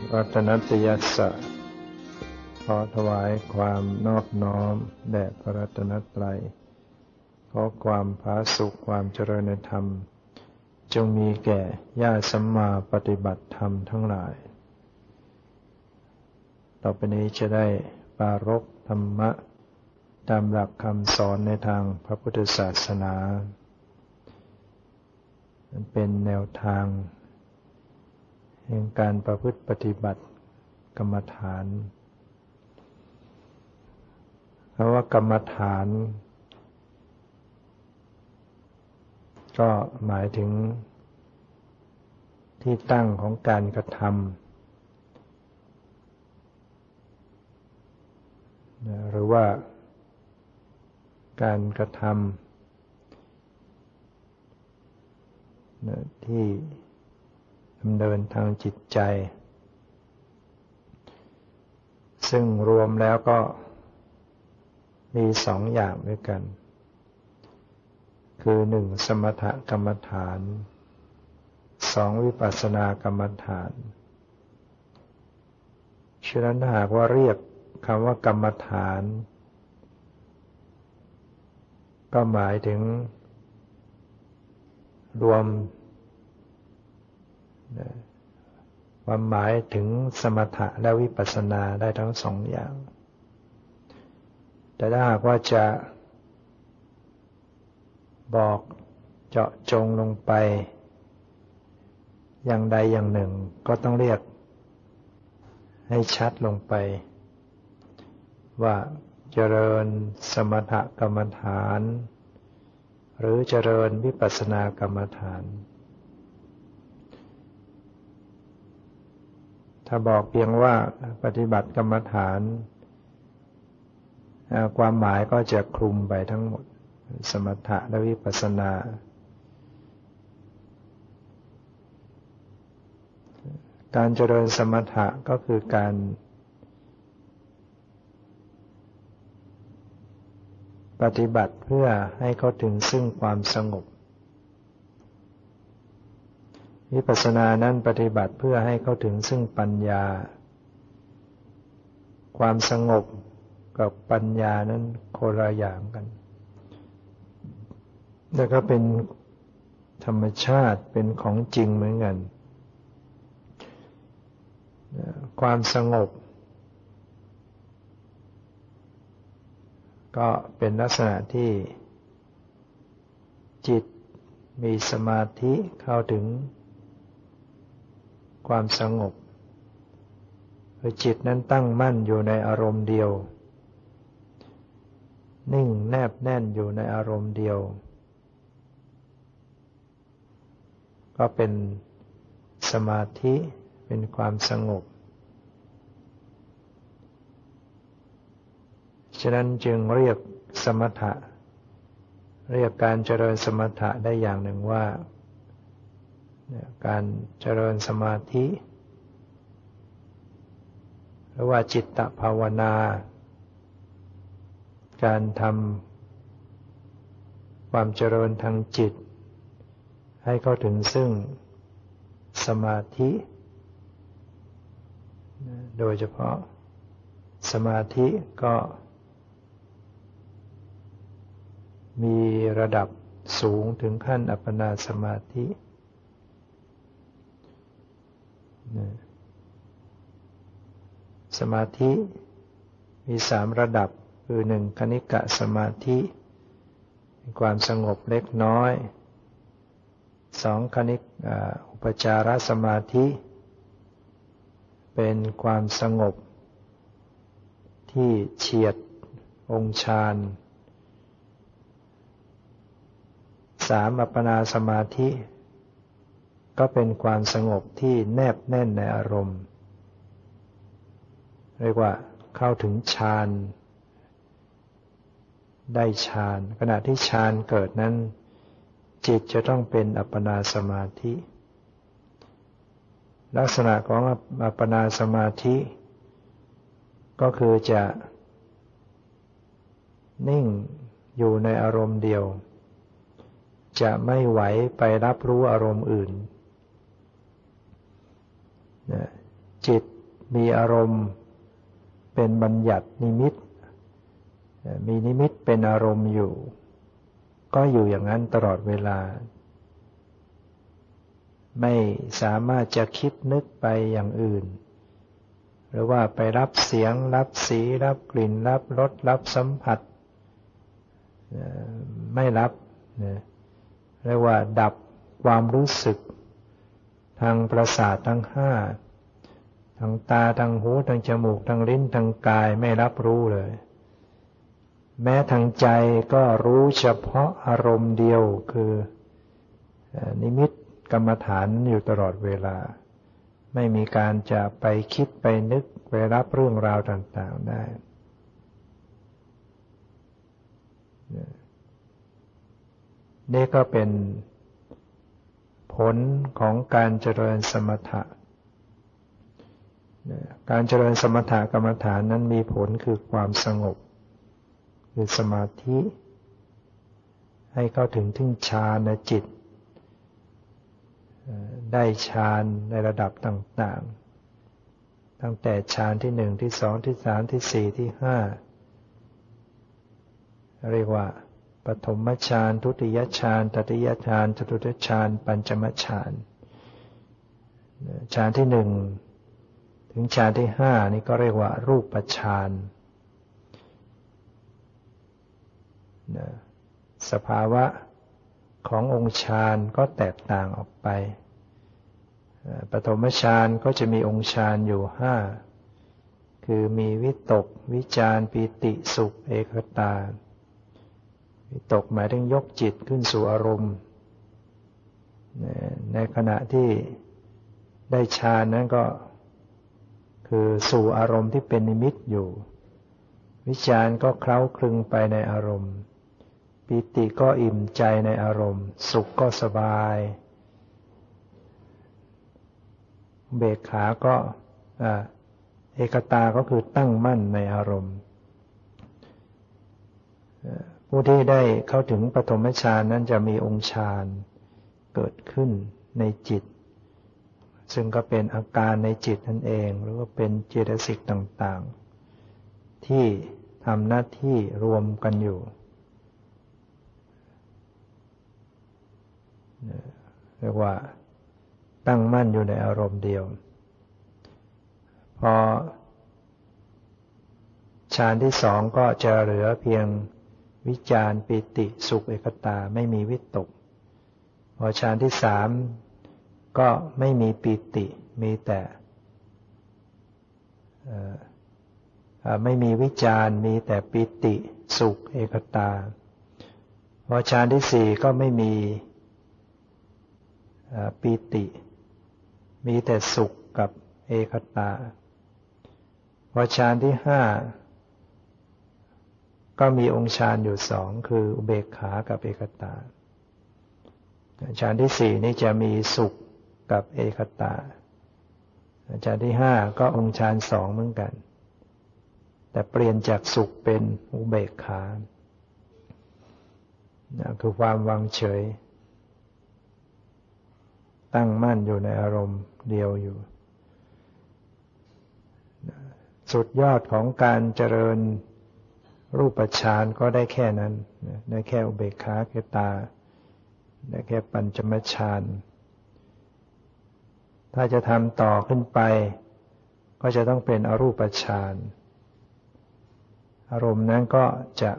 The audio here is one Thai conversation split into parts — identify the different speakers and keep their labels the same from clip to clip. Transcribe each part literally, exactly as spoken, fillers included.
Speaker 1: รัตนัตยัสสะขอถวายความนอบน้อมแด่พระรัตนตรัยขอความผาสุกความเจริญในธรรมจงมีแก่ญาติสัมมาปฏิบัติธรรมทั้งหลายต่อไปนี้จะได้ปรารภธรรมะตามหลักคำสอนในทางพระพุทธศาสนาเป็นแนวทางแห่งการประพฤติปฏิบัติกรรมฐานเพราะว่ากรรมฐานก็หมายถึงที่ตั้งของการกระทำหรือว่าการกระทำที่ดำเนินทางจิตใจซึ่งรวมแล้วก็มีสองอย่างด้วยกันคือหนึ่งสมถกรรมฐานสองวิปัสสนากรรมฐานฉะนั้นหากว่าเรียกคำว่ากรรมฐานก็หมายถึงรวมความหมายถึงสมถะและวิปัสสนาได้ทั้งสองอย่างแต่ถ้าหากว่าจะบอกเจาะจงลงไปอย่างใดอย่างหนึ่งก็ต้องเรียกให้ชัดลงไปว่าเจริญสมถกรรมฐานหรือเจริญวิปัสสนากรรมฐานถ้าบอกเพียงว่าปฏิบัติกรรมฐานความหมายก็จะคลุมไปทั้งหมดสมถะและวิปัสสนาการเจริญสมถะก็คือการปฏิบัติเพื่อให้เข้าถึงซึ่งความสงบวิปัสสนานั้นปฏิบัติเพื่อให้เข้าถึงซึ่งปัญญาความสงบกับปัญญานั้นคนละอย่างกันแล้วก็เป็นธรรมชาติเป็นของจริงเหมือนกันความสงบก็เป็นลักษณะที่จิตมีสมาธิเข้าถึงความสงบคือจิตนั้นตั้งมั่นอยู่ในอารมณ์เดียวนิ่งแนบแน่นอยู่ในอารมณ์เดียวก็เป็นสมาธิเป็นความสงบฉะนั้นจึงเรียกสมถะเรียกการเจริญสมถะได้อย่างหนึ่งว่าการเจริญสมาธิหรือว่าจิตตภาวนาการทำความเจริญทางจิตให้เข้าถึงซึ่งสมาธิโดยเฉพาะสมาธิก็มีระดับสูงถึงขั้นอัปปนาสมาธิสมาธิมีสามระดับคือหนึ่งคณิกะสมาธิมีความสงบเล็กน้อยสองคณิกอุปจารสมาธิเป็นความสงบที่เฉียดองค์ฌานสามอัปปนาสมาธิก็เป็นความสงบที่แนบแน่นในอารมณ์เรียกว่าเข้าถึงฌานได้ฌานขณะที่ฌานเกิดนั้นจิตจะต้องเป็นอัปปนาสมาธิลักษณะของอัปปนาสมาธิก็คือจะนิ่งอยู่ในอารมณ์เดียวจะไม่ไหวไปรับรู้อารมณ์อื่นจิตมีอารมณ์เป็นบัญญัตินิมิตมีนิมิตเป็นอารมณ์อยู่ก็อยู่อย่างนั้นตลอดเวลาไม่สามารถจะคิดนึกไปอย่างอื่นหรือว่าไปรับเสียงรับสีรับกลิ่นรับรสรับสัมผัสไม่รับเรียกว่าดับความรู้สึกทางประสาททั้งห้าทางตาทางหูทางจมูกทางลิ้นทางกายไม่รับรู้เลยแม้ทางใจก็รู้เฉพาะอารมณ์เดียวคือนิมิตกรรมฐานอยู่ตลอดเวลาไม่มีการจะไปคิดไปนึกไปรับเรื่องราวต่างๆได้นี่ก็เป็นผลของการเจริญสมถะการเจริญสมถะกรรมฐานนั้นมีผลคือความสงบคือสมาธิให้เข้าถึงถึงฌานจิตได้ฌานในระดับต่างๆตั้งแต่ฌานที่หนึ่งที่สองที่สามที่สี่ที่ห้าเรียกว่าปฐมฌานทุติยฌานตติยฌานจตุตฌานปัญจมฌานฌานที่หนึ่งถึงฌานที่ห้านี่ก็เรียกว่ารูปฌานสภาวะขององค์ฌานก็แตกต่างออกไปปฐมฌานก็จะมีองค์ฌานอยู่ห้าคือมีวิตกวิจารปีติสุขเอกตาวิตกหมายถึงยกจิตขึ้นสู่อารมณ์ในขณะที่ได้ฌานนั้นก็คือสู่อารมณ์ที่เป็นนิมิตอยู่วิจารก็เคล้าคลึงไปในอารมณ์ปิติก็อิ่มใจในอารมณ์สุขก็สบายเบกขาก็เอกตาก็คือตั้งมั่นในอารมณ์ผู้ที่ได้เข้าถึงปฐมฌานนั้นจะมีองค์ฌานเกิดขึ้นในจิตซึ่งก็เป็นอาการในจิตนั่นเองหรือว่าเป็นเจตสิกต่างๆที่ทำหน้าที่รวมกันอยู่เรียกว่าตั้งมั่นอยู่ในอารมณ์เดียวพอฌานที่สองก็จะเหลือเพียงวิจารปิติสุขเอกตาไม่มีวิตกพอฌานที่สามก็ไม่มีปิติมีแต่ไม่มีวิจารมีแต่ปิติสุขเอกตาพอฌานที่สี่ก็ไม่มีปิติมีแต่สุขกับเอกตาพอฌานที่ห้าก็มีองค์ฌานอยู่สองคืออุเบกขากับเอกตาฌานที่สี่นี่จะมีสุขกับเอกตาฌานที่ห้าก็องค์ฌานสองเหมือนกันแต่เปลี่ยนจากสุขเป็นอุเบกขาคือความวางเฉยตั้งมั่นอยู่ในอารมณ์เดียวอยู่สุดยอดของการเจริญรูปฌานก็ได้แค่นั้นได้แค่อุเบกขาเกตาได้แค่ปัญจมฌานถ้าจะทำต่อขึ้นไปก็จะต้องเป็นอรูปฌานอารมณ์นั้นก็จะ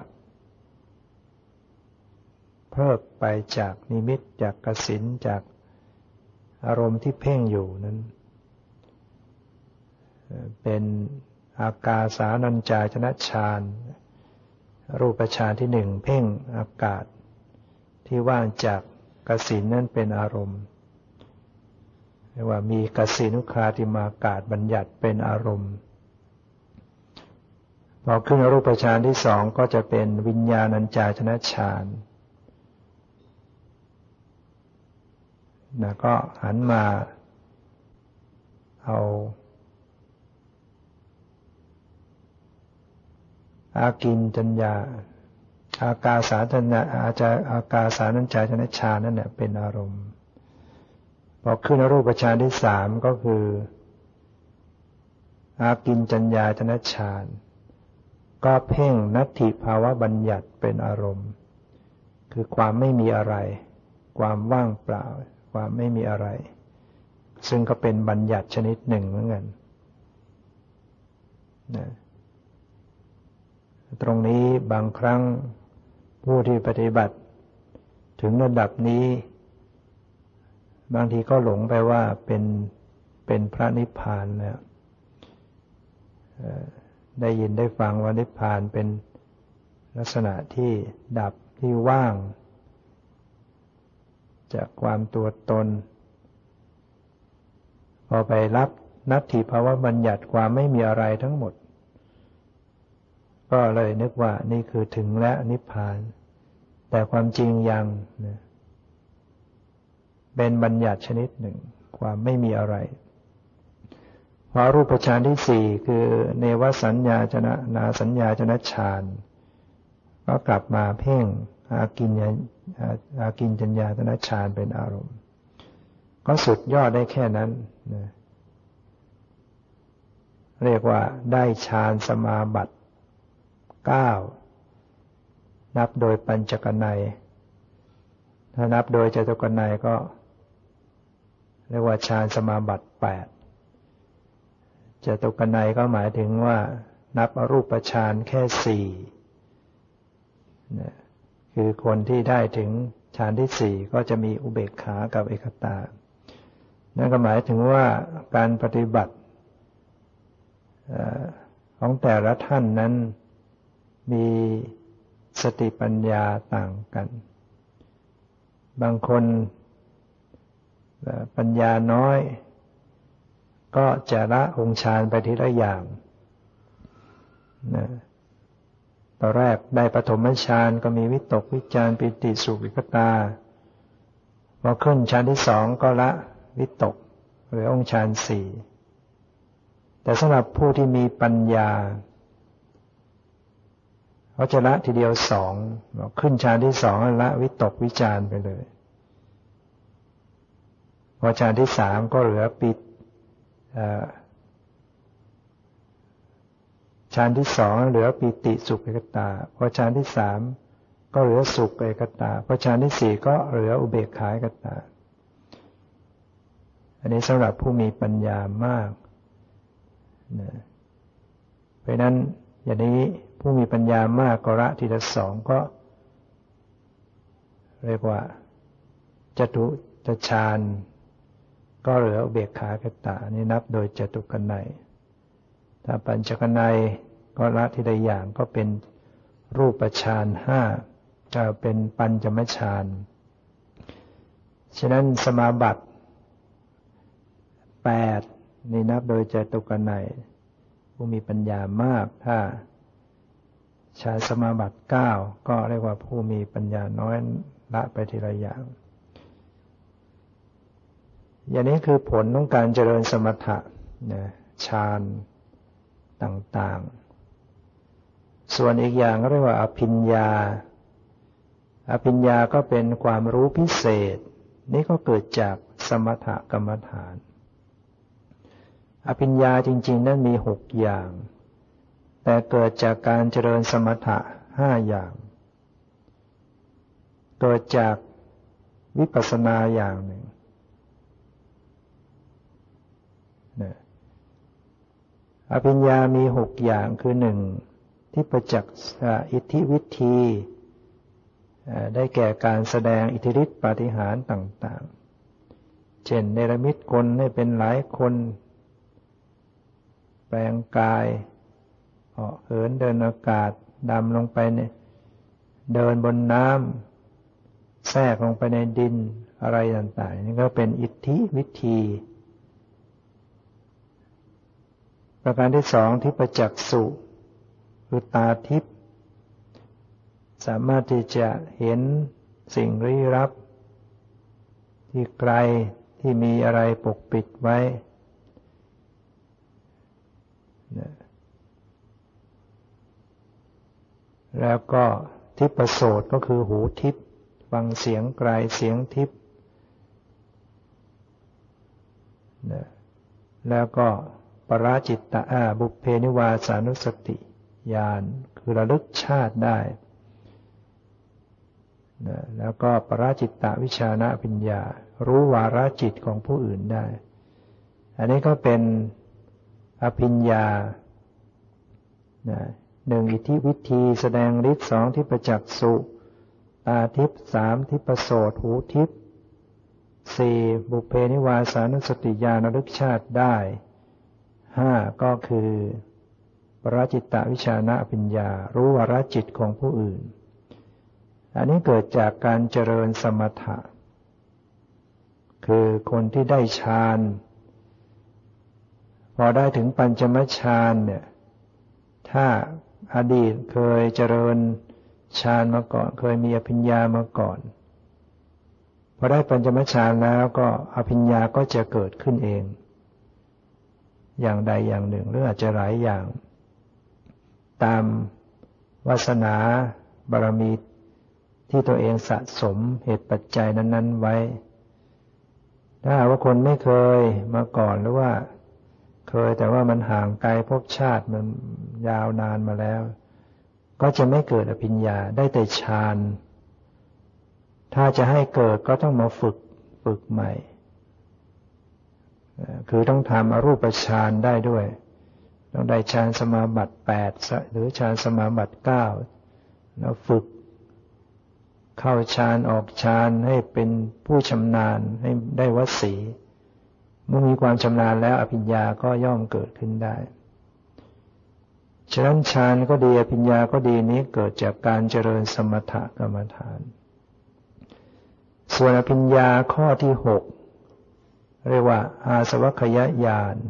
Speaker 1: เพิ่มไปจากนิมิตจากกสิณจากอารมณ์ที่เพ่งอยู่นั้นเป็นอากาสานัญจายตนะฌานรูปฌานที่หนึ่งเพ่งอากาศที่ว่างจากกสิณนั้นเป็นอารมณ์เรียกว่ามีกสิณุคาติมากาศบัญญัติเป็นอารมณ์พอขึ้นอรูปฌานที่สองก็จะเป็นวิญญาณัญจายตนะฌานนะก็หันมาเอาอากินจัญญาอากาสาธนะอาจจะอากาสานัญจายตนะฌานนั่นแหละเป็นอารมณ์พอขึ้นอรูปฌานที่สามก็คืออากิญจัญญายตนะฌานก็เพ่งนัตถิภาวะบัญญัติเป็นอารมณ์คือความไม่มีอะไรความว่างเปล่าความไม่มีอะไรซึ่งก็เป็นบัญญัติชนิดหนึ่งเหมือนกันนะตรงนี้บางครั้งผู้ที่ปฏิบัติถึงระดับนี้บางทีก็หลงไปว่าเป็นเป็นพระนิพพานนะได้ยินได้ฟังว่านิพพานเป็นลักษณะที่ดับที่ว่างจากความตัวตนพอไปรับนัตถิภาวะบัญญัติความไม่มีอะไรทั้งหมดก็เลยนึกว่านี่คือถึงและนิพพานแต่ความจริงยังนะเป็นบัญญัติชนิดหนึ่งความไม่มีอะไรพอรูปฌานที่สี่คือเนวสัญญาจนะนาสัญญาจนะฌานก็กลับมาเพ่งอากิญญาอากิญจัญญายตนะฌานเป็นอารมณ์ก็สุดยอดได้แค่นั้นนะเรียกว่าได้ฌานสมาบัติเก้านับโดยปัญจกนัยถ้านับโดยจตุกนัยก็เรียกว่าฌานสมาบัติแปดจตุกนัยก็หมายถึงว่านับอรูปฌานแค่สี่นะคือคนที่ได้ถึงฌานที่สี่ก็จะมีอุเบกขากับเอกตานั่นก็หมายถึงว่าการปฏิบัติของแต่ละท่านนั้นมีสติปัญญาต่างกันบางคนปัญญาน้อยก็จะละองค์ฌานไปทีละอย่างนะตอนแรกได้ปฐมฌานก็มีวิตกวิจารปิติสุขวิปตาพอขึ้นฌานที่สองก็ละวิตกหรือองค์ฌานสี่แต่สำหรับผู้ที่มีปัญญาเขาจะละทีเดียวสองขึ้นฌานที่สองละวิตกวิจารไปเลยพอฌานที่สามก็เหลือปิติฌานที่สองเหลือปิติสุขเอกตาพอฌานที่สามก็เหลือสุขเอกตาพอฌานที่สี่ก็เหลืออุเบกขาเอกตาอันนี้สำหรับผู้มีปัญญามากนะเพราะนั้นอย่างนี้ผู้มีปัญญามากก็ละทีละสองก็เรียกว่าจตุตฌานก็เหลืออุเบกขาเอกตานี่นับโดยจตุกนัยถ้าปัญจกนัยก็ละทีละอย่างก็เป็นรูปฌานห้าก็เป็นปัญจมฌานฉะนั้นสมาบัติแปดนี่นับโดยจตุกนัยผู้มีปัญญามากถ้าฌานสมาบัติเก้าก็เรียกว่าผู้มีปัญญาน้อยละไปทีละอย่างอย่างนี้คือผลของการเจริญสมถะนะฌานต่างๆส่วนอีกอย่างก็เรียกว่าอภิญญาอภิญญาก็เป็นความรู้พิเศษนี่ก็เกิดจากสมถกรรมฐานอภิญญาจริงๆนั้นมีหกอย่างแต่เกิดจากการเจริญสมถะห้าอย่างเกิดจากวิปัสสนาอย่างหนึ่งอภิญญามีหกอย่างคือหนึ่งที่ประจักษ์อิทธิวิธีได้แก่การแสดงอิทธิฤทธิปาฏิหาริย์ต่างๆเช่นเนรมิตคนให้เป็นหลายคนแปลงกายเหาะเหินเดินอากาศดำลงไปเนี่ยเดินบนน้ำแทรกลงไปในดินอะไรต่างๆนี่ก็เป็นอิทธิวิธีประการที่สองที่ประจักษ์สุคือตาทิพย์สามารถที่จะเห็นสิ่งลี้ลับที่ไกลที่มีอะไรปกปิดไว้แล้วก็ทิพโสตก็คือหูทิพย์ฟังเสียงไกลเสียงทิพย์แล้วก็ราจิตตะอาบุพเพนิวาสานุสติญาณคือระลึกชาติได้นะแล้วก็ปราจิตตวิชานะปัญญารู้วาระจิตของผู้อื่นได้อันนี้ก็เป็นอภิญญานะหนึ่งอิทธิวิธีแสดงฤทธิ์สองทิพจักษุตาทิพสามทิพโสตหูทิพสี่บุพเพนิวาสานุสติญาณระลึกชาติได้ห้าก็คือปราจิตตวิชานะปัญญารู้วาระจิตของผู้อื่นอันนี้เกิดจากการเจริญสมถะคือคนที่ได้ฌานพอได้ถึงปัญจมฌานเนี่ยถ้าอดีตเคยเจริญฌานมาก่อนเคยมีอภิญญามาก่อนพอได้ปัญจมฌานแล้วก็อภิญญาก็จะเกิดขึ้นเองอย่างใดอย่างหนึ่งหรืออาจจะหลายอย่างตามวาสนาบารมีที่ตัวเองสะสมเหตุปัจจัยนั้นๆไว้ถ้าหากว่าคนไม่เคยมาก่อนหรือว่าเคยแต่ว่ามันห่างไกลภพชาติมันยาวนานมาแล้วก็จะไม่เกิดอภิญญาได้แต่ฌานถ้าจะให้เกิดก็ต้องมาฝึกฝึกใหม่คือต้องทำอรูปฌานได้ด้วยต้องได้ฌานสมาบัติแปดหรือฌานสมาบัติเก้าแล้วฝึกเข้าฌานออกฌานให้เป็นผู้ชำนาญให้ได้วสีเมื่อมีความชำนาญแล้วอภิญญาก็ย่อมเกิดขึ้นได้ฉะนั้นฌานก็ดีอภิญญาก็ดีนี้เกิดจากการเจริญสมถกรรมฐานส่วนอภิญญาข้อที่หกเรียกว่าอาสวัคยญาณ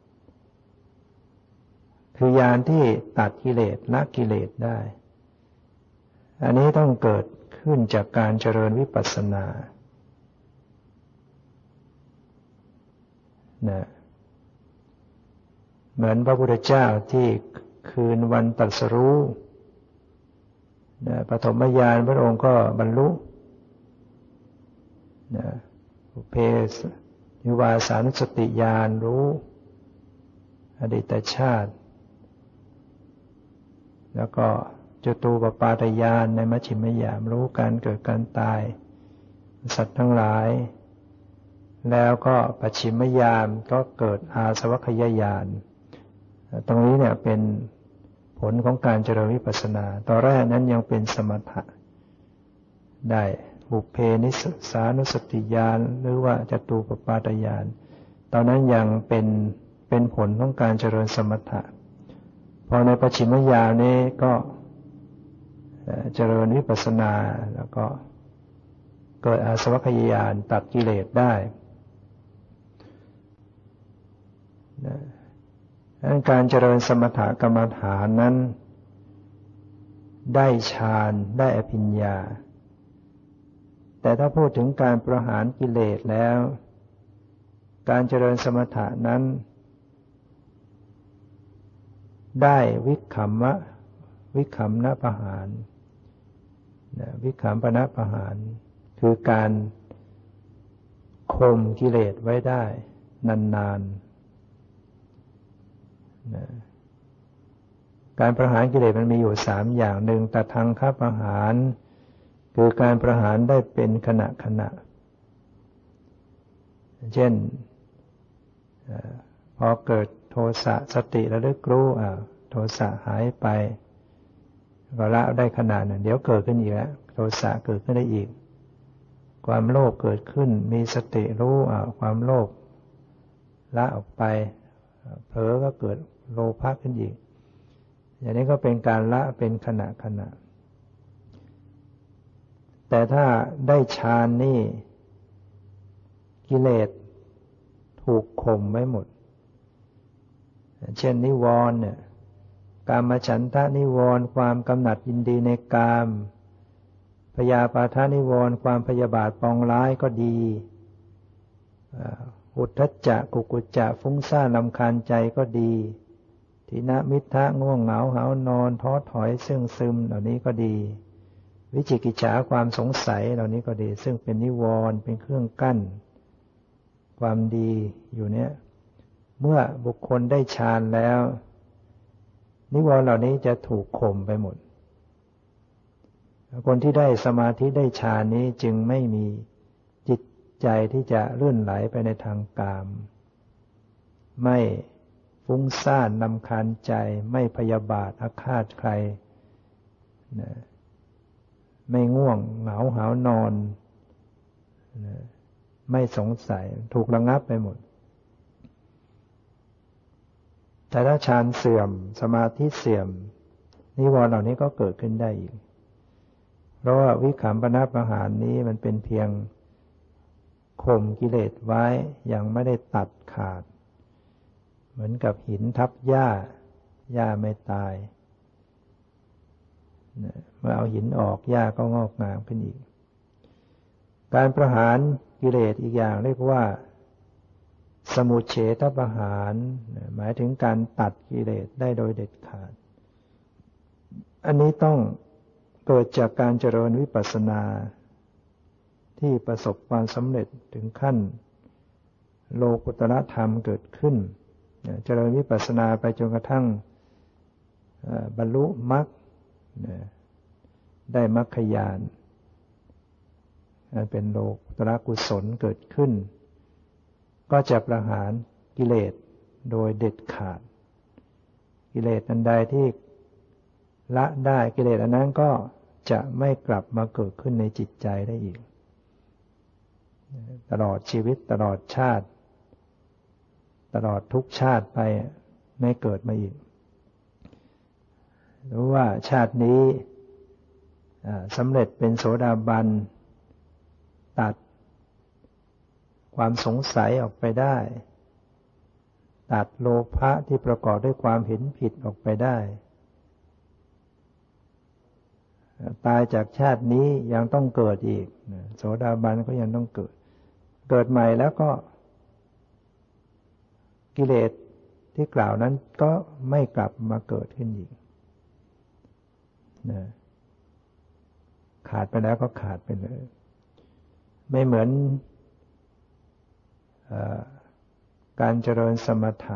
Speaker 1: คือญาณที่ตัดกิเลสละกิเลสได้อันนี้ต้องเกิดขึ้นจากการเจริญวิปัสสนานะเหมือนพระพุทธเจ้าที่คืนวันตรัสรู้นะปฐมญาณพระองค์ก็บรรลุนะบุพเพนิวาสานุสติญาณรู้อดีตชาติแล้วก็จตุปปาตญาณในมัชฌิมญาณรู้การเกิดการตายสัตว์ทั้งหลายแล้วก็ปัจฉิมญาณก็เกิดอาสวัคยญาณตรงนี้เนี่ยเป็นผลของการเจริญวิปัสสนาตอนแรกนั้นยังเป็นสมถะได้บุพเพนิสานุสติญาณหรือว่าจตุปปาตญาณตอนนั้นยังเป็นเป็นผลของการเจริญสมถะพอในปัจฉิมญาณนี้ก็เจริญวิปัสสนาแล้วก็เกิดอาสวัคยญาณตัดกิเลสได้ดังนั้นการเจริญสมถกรรมฐานนั้นได้ฌานได้อภิญญาแต่ถ้าพูดถึงการประหารกิเลสแล้วการเจริญสมถะนั้นได้วิคัมมะวิคัมนะประหารวิคัมปนะประหารคือการข่มกิเลสไว้ได้นานๆการประหารกิเลสมันมีอยู่สามอย่างหนึ่งตัทังคประหารคือการประหารได้เป็นขณะขณะเช่นพอเกิดโทสะสติระลึกรู้อ่าโทสะหายไปก็ละได้ขณะหนึ่งเดี๋ยวเกิดขึ้นอีกแล้วโทสะเกิดขึ้นได้อีกความโลภเกิดขึ้นมีสติรู้อ่าความโลภละออกไปเผลอก็เกิดโลภะขึ้นอีกอย่างนี้ก็เป็นการละเป็นขณะขณะแต่ถ้าได้ฌานนี่กิเลสถูกข่มไว้หมดเช่นนิวรณ์เนี่ยกามฉันทะนิวรณ์ความกำหนัดยินดีในกามพยาปาทานิวรณ์ความพยาบาทปองร้ายก็ดีอุทธัจจะกุกุจจะฟุ้งซ่านรำคาญใจก็ดีทินะมิทธะง่วงเหงาหาวนอนท้อถอยซึ่งซึมเหล่านี้ก็ดีวิจิกิจฉาความสงสัยเหล่านี้ก็ดีซึ่งเป็นนิวรณ์เป็นเครื่องกั้นความดีอยู่เนี้ยเมื่อบุคคลได้ฌานแล้วนิวรณ์เหล่านี้จะถูกข่มไปหมดคนที่ได้สมาธิได้ฌานนี้จึงไม่มีจิตใจที่จะเลื่อนไหลไปในทางกามไม่ฟุ้งซ่านรำคาญใจไม่พยาบาทอาฆาตใครนะไม่ง่วงเหงาหาวนอนนะไม่สงสัยถูกระงับไปหมดแต่ถ้าฌานเสื่อมสมาธิเสื่อมนิวรณ์เหล่านี้ก็เกิดขึ้นได้อีกเพราะว่าวิคัมปนประหารนี้มันเป็นเพียงข่มกิเลสไว้ยังไม่ได้ตัดขาดเหมือนกับหินทับหญ้าหญ้าไม่ตายเมื่อเอาหินออกหญ้าก็งอกงามขึ้นอีกการประหารกิเลสอีกอย่างเรียกว่าสมุจเฉทประหารหมายถึงการตัดกิเลสได้โดยเด็ดขาดอันนี้ต้องเกิดจากการเจริญวิปัสสนาที่ประสบความสำเร็จถึงขั้นโลกุตตรธรรมเกิดขึ้นเจริญวิปัสสนาไปจนกระทั่งบรรลุมรรคได้มรรคญาณเป็นโลกุตตรกุศลเกิดขึ้นก็จะประหารกิเลสโดยเด็ดขาดกิเลสอันใดที่ละได้กิเลสอันนั้นก็จะไม่กลับมาเกิดขึ้นในจิตใจได้อีกตลอดชีวิตตลอดชาติตลอดทุกชาติไปไม่เกิดมาอีกหรือว่าชาตินี้สำเร็จเป็นโสดาบันตัดความสงสัยออกไปได้ตัดโลภะที่ประกอบด้วยความเห็นผิดออกไปได้ตายจากชาตินี้ยังต้องเกิดอีกโสดาบันก็ยังต้องเกิดเกิดใหม่แล้วก็กิเลสที่กล่าวนั้นก็ไม่กลับมาเกิดขึ้นอีกนะขาดไปแล้วก็ขาดไปเลยไม่เหมือนการเจริญสมถะ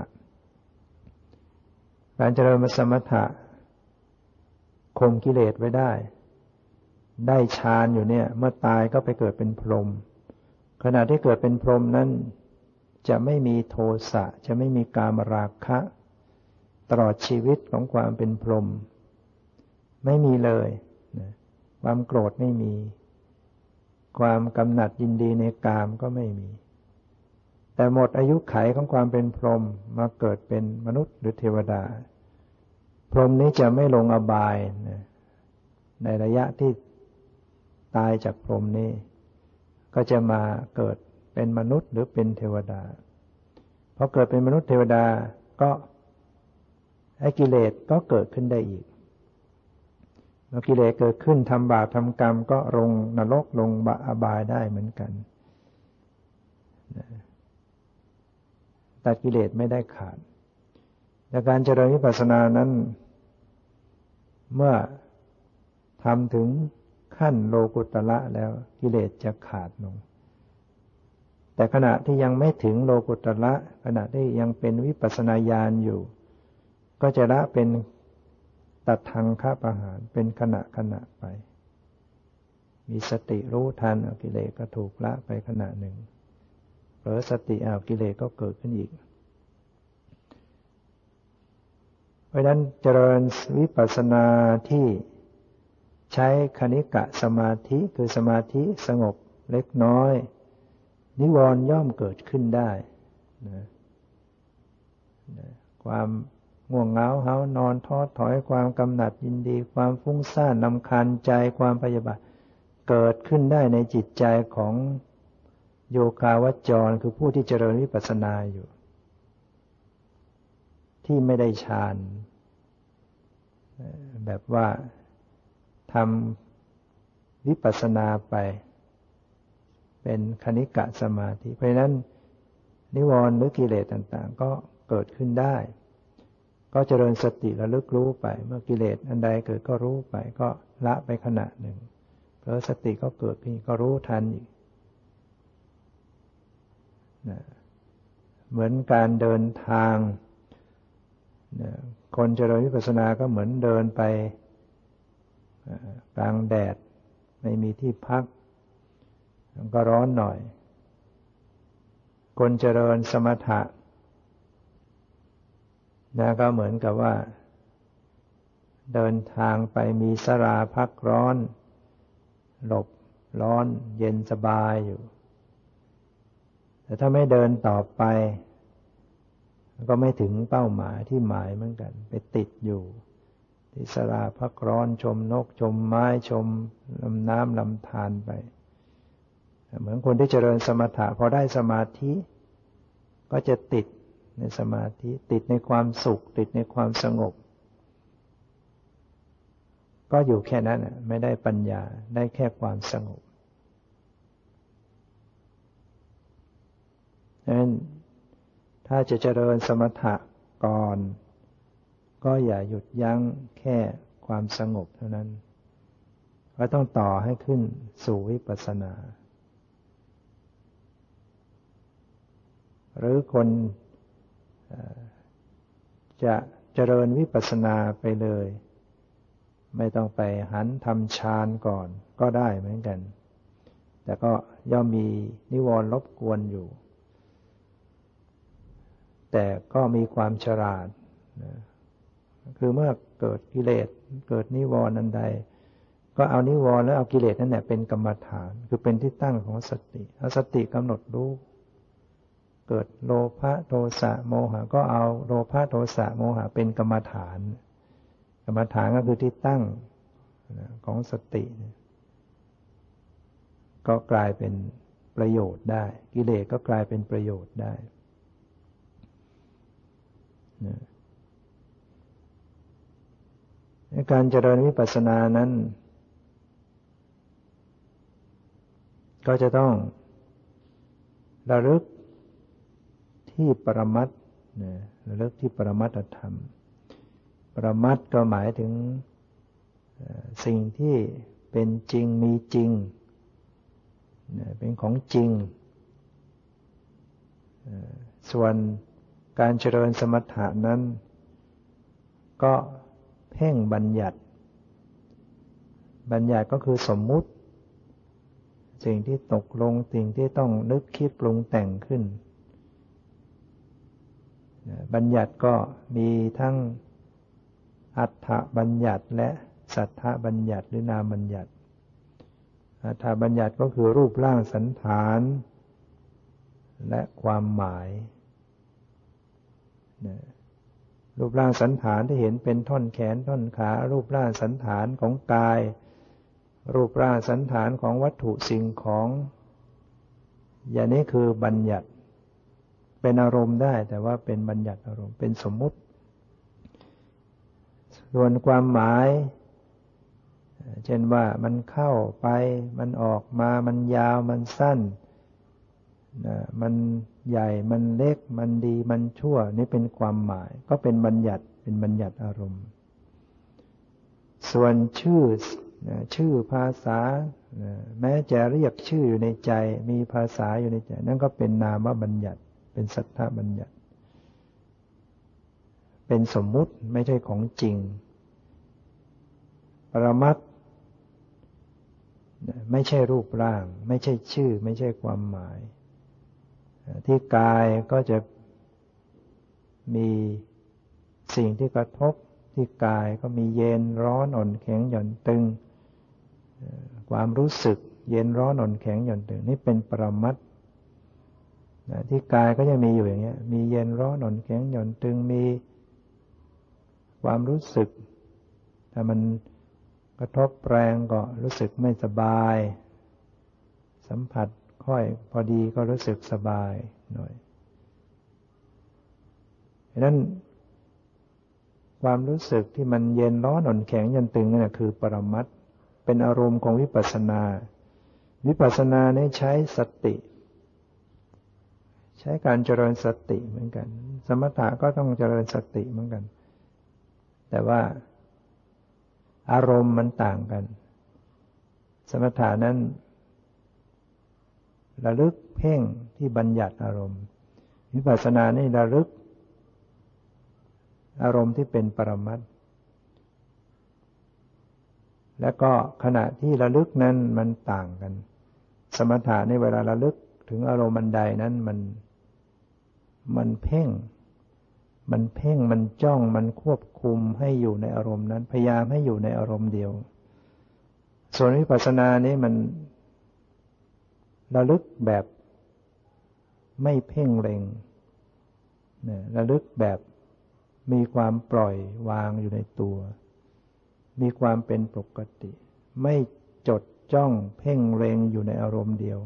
Speaker 1: การเจริญสมถะข่มกิเลสไว้ได้ได้ฌานอยู่เนี่ยเมื่อตายก็ไปเกิดเป็นพรหมขณะที่เกิดเป็นพรหมนั้นจะไม่มีโทสะจะไม่มีกามราคะตลอดชีวิตของความเป็นพรหมไม่มีเลยความโกรธไม่มีความกำหนัดยินดีในกามก็ไม่มีแต่หมดอายุไขของความเป็นพรหมมาเกิดเป็นมนุษย์หรือเทวดาพรหมนี้จะไม่ลงอบายในระยะที่ตายจากพรหมนี้ก็จะมาเกิดเป็นมนุษย์หรือเป็นเทวดาพอเกิดเป็นมนุษย์เทวดาก็ไอ้กิเลสก็เกิดขึ้นได้อีกเมื่อกิเลสเกิดขึ้นทำบาปทำกรรมก็ลงนรกลงอบายได้เหมือนกันตัดกิเลสไม่ได้ขาดแต่การเจริญวิปัสสนานั้นเมื่อทำถึงขั้นโลกุตตระแล้วกิเลสจะขาดลงแต่ขณะที่ยังไม่ถึงโลกุตตระขณะที่ยังเป็นวิปัสสนาญาณอยู่ก็จะละเป็นตัดทางฆ่าประหารเป็นขณะขณะไปมีสติรู้ทันกิเลสก็ถูกละไปขณะหนึ่งเผลอสติเอากิเลสก็เกิดขึ้นอีกเพราะฉะนั้นเจริญวิปัสสนาที่ใช้คณิกะสมาธิคือสมาธิสงบเล็กน้อยนิวรณ์ย่อมเกิดขึ้นได้นะนะความง่วงเหงาหาวนอนท้อถอยความกำหนัดยินดีความฟุ้งซ่านรำคาญใจความพยาบาทเกิดขึ้นได้ในจิตใจของโยคาวจรคือผู้ที่เจริญวิปัสสนาอยู่ที่ไม่ได้ฌานแบบว่าทำวิปัสสนาไปเป็นคณิกะสมาธิเพราะฉะนั้นนิวรณ์หรือกิเลสต่างๆก็เกิดขึ้นได้ก็เจริญสติระลึกรู้ไปเมื่อกิเลสอันใดเกิดก็รู้ไปก็ละไปขณะหนึ่งเผลอสติก็เกิดขึ้นก็รู้ทันอีกนะเหมือนการเดินทางคนเจริญวิปัสสนาก็เหมือนเดินไปกลางแดดไม่มีที่พักมันก็ร้อนหน่อยคนเจริญสมถะนะก็เหมือนกับว่าเดินทางไปมีศาลาพักร้อนหลบร้อนเย็นสบายอยู่แต่ถ้าไม่เดินต่อไปก็ไม่ถึงเป้าหมายที่หมายเหมือนกันไปติดอยู่ที่ศาลาพักร้อนชมนกชมไม้ชมลำน้ำลำธารไปเหมือนคนที่เจริญสมถะพอได้สมาธิก็จะติดในสมาธิติดในความสุขติดในความสงบก็อยู่แค่นั้นไม่ได้ปัญญาได้แค่ความสงบดังนั้นถ้าจะเจริญสมถะก่อนก็อย่าหยุดยั้งแค่ความสงบเท่านั้นก็ต้องต่อให้ขึ้นสู่วิปัสสนาหรือคนจะเจริญวิปัสสนาไปเลยไม่ต้องไปหันทำฌานก่อนก็ได้เหมือนกันแต่ก็ย่อมมีนิวรณ์รบกวนอยู่แต่ก็มีความฉลาดคือเมื่อเกิดกิเลสเกิดนิวรณ์อันใดก็เอานิวรณ์แล้วเอากิเลสนั่นแหละเป็นกรรมฐานคือเป็นที่ตั้งของสติเอาสติกำหนดรู้เกิดโลภะโทสะโมหะก็เอาโลภะโทสะโมหะเป็นกรรมฐานกรรมฐานก็คือที่ตั้งของสติก็กลายเป็นประโยชน์ได้กิเลสก็กลายเป็นประโยชน์ได้การเจริญวิปัสสนานั้นก็จะต้องระลึกที่ปรมัตถ์ระลึกที่ปรมัตถธรรมปรมัตถ์ก็หมายถึงสิ่งที่เป็นจริงมีจริงเป็นของจริงส่วนการเจริญสมถะนั้นก็เพ่งบัญญัติบัญญัติก็คือสมมุติสิ่งที่ตกลงสิ่งที่ต้องนึกคิดปรุงแต่งขึ้นบัญญัติก็มีทั้งอัฏฐบัญญัติและสัทธบัญญัติหรือนามบัญญัติอัฏฐบัญญัติก็คือรูปร่างสันฐานและความหมายรูปร่างสันฐานที่เห็นเป็นท่อนแขนท่อนขารูปร่างสันฐานของกายรูปร่างสันฐานของวัตถุสิ่งของอย่างนี้คือบัญญัติเป็นอารมณ์ได้แต่ว่าเป็นบัญญัติอารมณ์เป็นสมมุติส่วนความหมายเช่นว่ามันเข้าไปมันออกมามันยาวมันสั้นมันใหญ่มันเล็กมันดีมันชั่วนี่เป็นความหมายก็เป็นบัญญัติเป็นบัญญัติอารมณ์ส่วนชื่อชื่อภาษาแม้จะเรียกชื่ออยู่ในใจมีภาษาอยู่ในใจนั่นก็เป็นนามบัญญัติเป็นสัทธบัญญัติเป็นสมมุติไม่ใช่ของจริงปรมัตถ์ไม่ใช่รูปร่างไม่ใช่ชื่อไม่ใช่ความหมายที่กายก็จะมีสิ่งที่กระทบที่กายก็มีเย็นร้อนอ่อนแข็งหย่อนตึงความรู้สึกเย็นร้อนอ่อนแข็งหย่อนตึงนี่เป็นปรมัตถ์ที่กายก็จะมีอยู่อย่างเงี้ยมีเย็นร้อนอ่อนแข็งหย่อนตึงมีความรู้สึกถ้ามันกระทบแรงก็รู้สึกไม่สบายสัมผัสค่อยพอดีก็รู้สึกสบายหน่อยดังนั้นความรู้สึกที่มันเย็นร้อนอ่อนแข็งหย่อนตึงนั่นแหละคือปรมัตถ์เป็นอารมณ์ของวิปัสสนาวิปัสสนาเนี่ยใช้สติใช้การเจริญสติเหมือนกันสมถะก็ต้องเจริญสติเหมือนกันแต่ว่าอารมณ์มันต่างกันสมถะนั้นระลึกเพ่งที่บัญญัติอารมณ์วิปัสสนานี่ระลึกอารมณ์ที่เป็นปรมัตถ์แล้วก็ขณะที่ระลึกนั้นมันต่างกันสมถะในเวลาระลึกถึงอารมณ์อันใดนั้นมันมันเพ่งมันเพ่งมันจ้องมันควบคุมให้อยู่ในอารมณ์นั้นพยายามให้อยู่ในอารมณ์เดียวส่วนวิปัสสนานี้มันระลึกแบบไม่เพ่งเล็งระลึกแบบมีความปล่อยวางอยู่ในตัวมีความเป็นปกติไม่จดจ้องเพ่งเล็งอยู่ในอารมณ์เดียว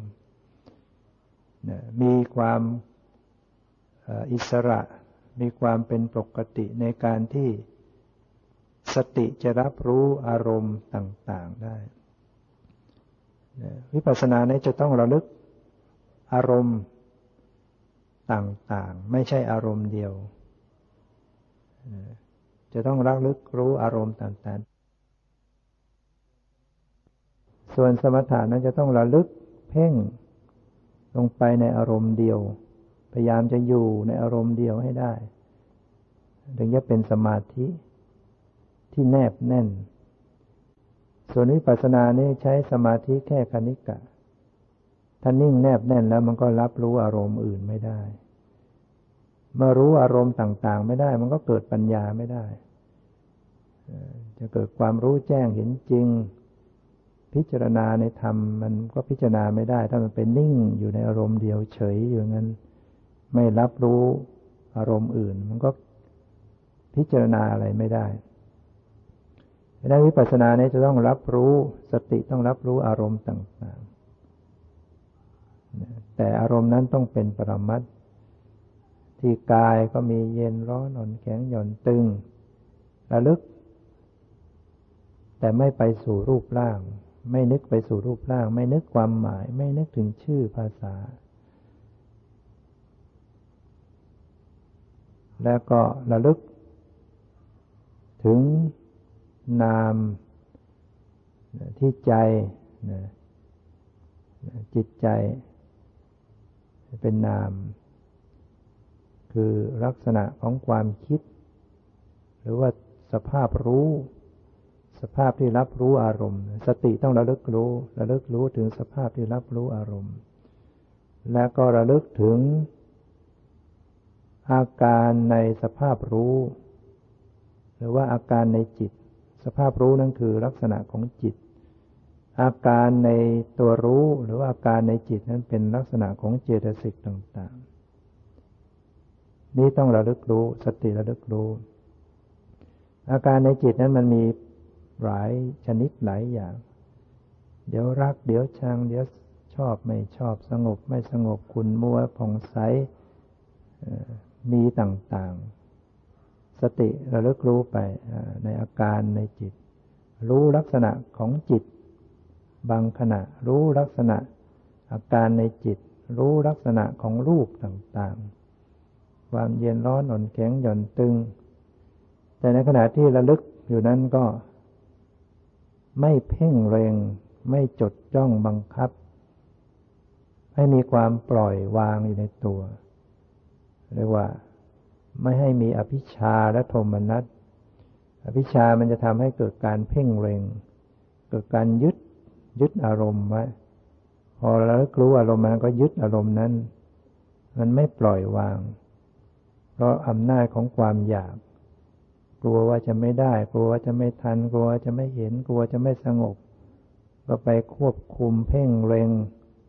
Speaker 1: มีความอิสระมีความเป็นปกติในการที่สติจะรับรู้อารมณ์ต่างๆได้วิปัสสนานี้จะต้องระลึกอารมณ์ต่างๆไม่ใช่อารมณ์เดียวจะต้องระลึกรู้อารมณ์ต่างๆส่วนสมถะนั้นจะต้องระลึกเพ่งลงไปในอารมณ์เดียวพยายามจะอยู่ในอารมณ์เดียวให้ได้ถึงจะเป็นสมาธิที่แนบแน่นส่วนวิปัสสนานี่ใช้สมาธิแค่คณิกะถ้านิ่งแนบแน่นแล้วมันก็รับรู้อารมณ์อื่นไม่ได้เมื่อรู้อารมณ์ต่างๆไม่ได้มันก็เกิดปัญญาไม่ได้จะเกิดความรู้แจ้งเห็นจริงพิจารณาในธรรมมันก็พิจารณาไม่ได้ถ้ามันเป็นนิ่งอยู่ในอารมณ์เดียวเฉยอยู่งั้นไม่รับรู้อารมณ์อื่นมันก็พิจารณาอะไรไม่ได้ในวิปัสสนาเนี่ยจะต้องรับรู้สติต้องรับรู้อารมณ์ต่างๆแต่อารมณ์นั้นต้องเป็นปรมัตถ์ที่กายก็มีเย็นร้อนอ่อนแข็งหย่อนตึงระลึกแต่ไม่ไปสู่รูปร่างไม่นึกไปสู่รูปร่างไม่นึกความหมายไม่นึกถึงชื่อภาษาแล้วก็ระลึกถึงนามที่ใจจิตใจเป็นนามคือลักษณะของความคิดหรือว่าสภาพรู้สภาพที่รับรู้อารมณ์สติต้องระลึกรู้ระลึกรู้ถึงสภาพที่รับรู้อารมณ์แล้วก็ระลึกถึงอาการในสภาพรู้หรือว่าอาการในจิตสภาพรู้นั่นคือลักษณะของจิตอาการในตัวรู้หรือว่าอาการในจิตนั้นเป็นลักษณะของเจตสิกต่างๆนี่ต้องระลึกรู้สติระลึกรู้อาการในจิตนั้นมันมีหลายชนิดหลายอย่างเดี๋ยวรักเดี๋ยวชังเดี๋ยวชอบไม่ชอบสงบไม่สงบขุ่นมัวผ่องใสมีต่างๆสติระลึกรู้ไปในอาการในจิตรู้ลักษณะของจิตบางขณะรู้ลักษณะอาการในจิตรู้ลักษณะของรูปต่างๆความเย็นร้อนอ่อนแข็งหย่อนตึงแต่ในขณะที่ระลึกอยู่นั้นก็ไม่เพ่งเร็งไม่จดจ้องบังคับให้มีความปล่อยวางอยู่ในตัวเรียกว่าไม่ให้มีอภิชฌาและโทมนัสอภิชฌามันจะทำให้เกิดการเพ่งเร็งเกิดการยึดยึดอารมณ์ไว้พอระลึกรู้อารมณ์มันก็ยึดอารมณ์นั้นมันไม่ปล่อยวางเพราะอำนาจของความอยากกลัวว่าจะไม่ได้กลัวว่าจะไม่ทันกลัวจะไม่เห็นกลัวจะไม่สงบก็ไปควบคุมเพ่งเร็ง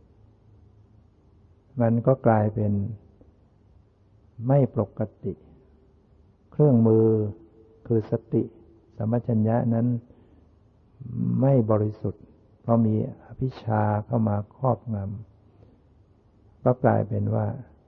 Speaker 1: มันก็กลายเป็นไม่ปกติเครื่องมือคือสติสัมปชัญญะนั้นไม่บริสุทธิ์เพราะมีอภิชฌาเข้ามาครอบงำก็กลายเป็นว่า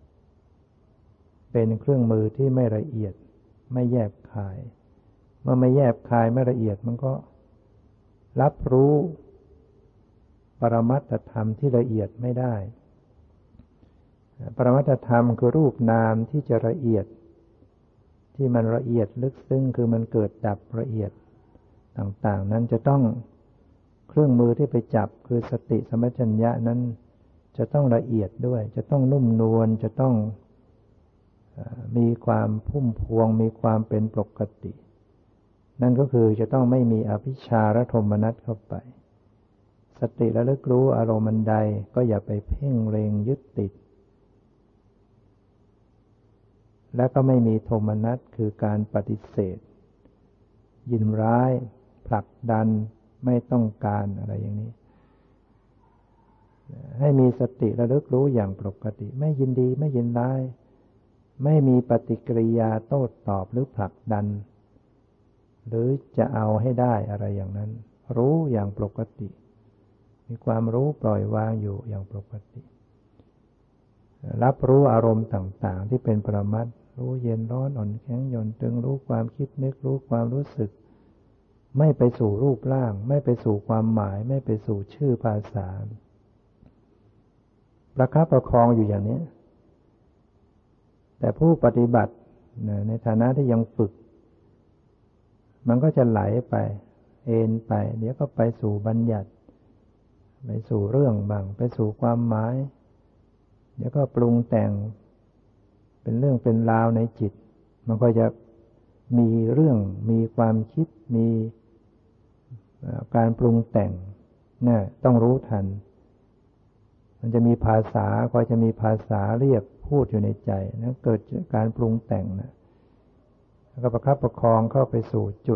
Speaker 1: เป็นเครื่องมือที่ไม่ละเอียดไม่แยบคายเมื่อไม่แยบคายไม่ละเอียดมันก็รับรู้ปรมัตถธรรมที่ละเอียดไม่ได้ปรมัตถธรรมคือรูปนามที่จะละเอียดที่มันละเอียดลึกซึ้งคือมันเกิดดับละเอียดต่างๆนั้นจะต้องเครื่องมือที่ไปจับคือสติสัมปชัญญะนั้นจะต้องละเอียดด้วยจะต้องนุ่มนวลจะต้องมีความพุ่มพวงมีความเป็นปกตินั่นก็คือจะต้องไม่มีอภิชฌาและโทมนัสเข้าไปสติระลึกรู้อารมณ์ใดก็อย่าไปเพ่งเล็งยึดติดและก็ไม่มีโทมนัสคือการปฏิเสธยินร้ายผลักดันไม่ต้องการอะไรอย่างนี้ให้มีสติระลึกรู้อย่างปกติไม่ยินดีไม่ยินร้ายไม่มีปฏิกิริยาโต้ตอบหรือผลักดันหรือจะเอาให้ได้อะไรอย่างนั้นรู้อย่างปกติมีความรู้ปล่อยวางอยู่อย่างปกติรับรู้อารมณ์ต่างๆที่เป็นปรมัตถ์รู้เย็นร้อนอ่อนแข็งหย่อนตึงรู้ความคิดนึกรู้ความรู้สึกไม่ไปสู่รูปร่างไม่ไปสู่ความหมายไม่ไปสู่ชื่อภาษาประคับประคองอยู่อย่างนี้แต่ผู้ปฏิบัติในฐานะที่ยังฝึกมันก็จะไหลไปเอ็นไปเดี๋ยวก็ไปสู่บัญญัติไปสู่เรื่องบ้างไปสู่ความหมายเดี๋ยวก็ปรุงแต่งเป็นเรื่องเป็นราวในจิตมันก็จะมีเรื่องมีความคิดมีการปรุงแต่งเนี่ยต้องรู้ทันมันจะมีภาษาก็จะมีภาษาเรียกพูดอยู่ในใจนะเกิดการปรุงแต่งนะแล้วก็ประคับประคองเข้าไปสู่จุด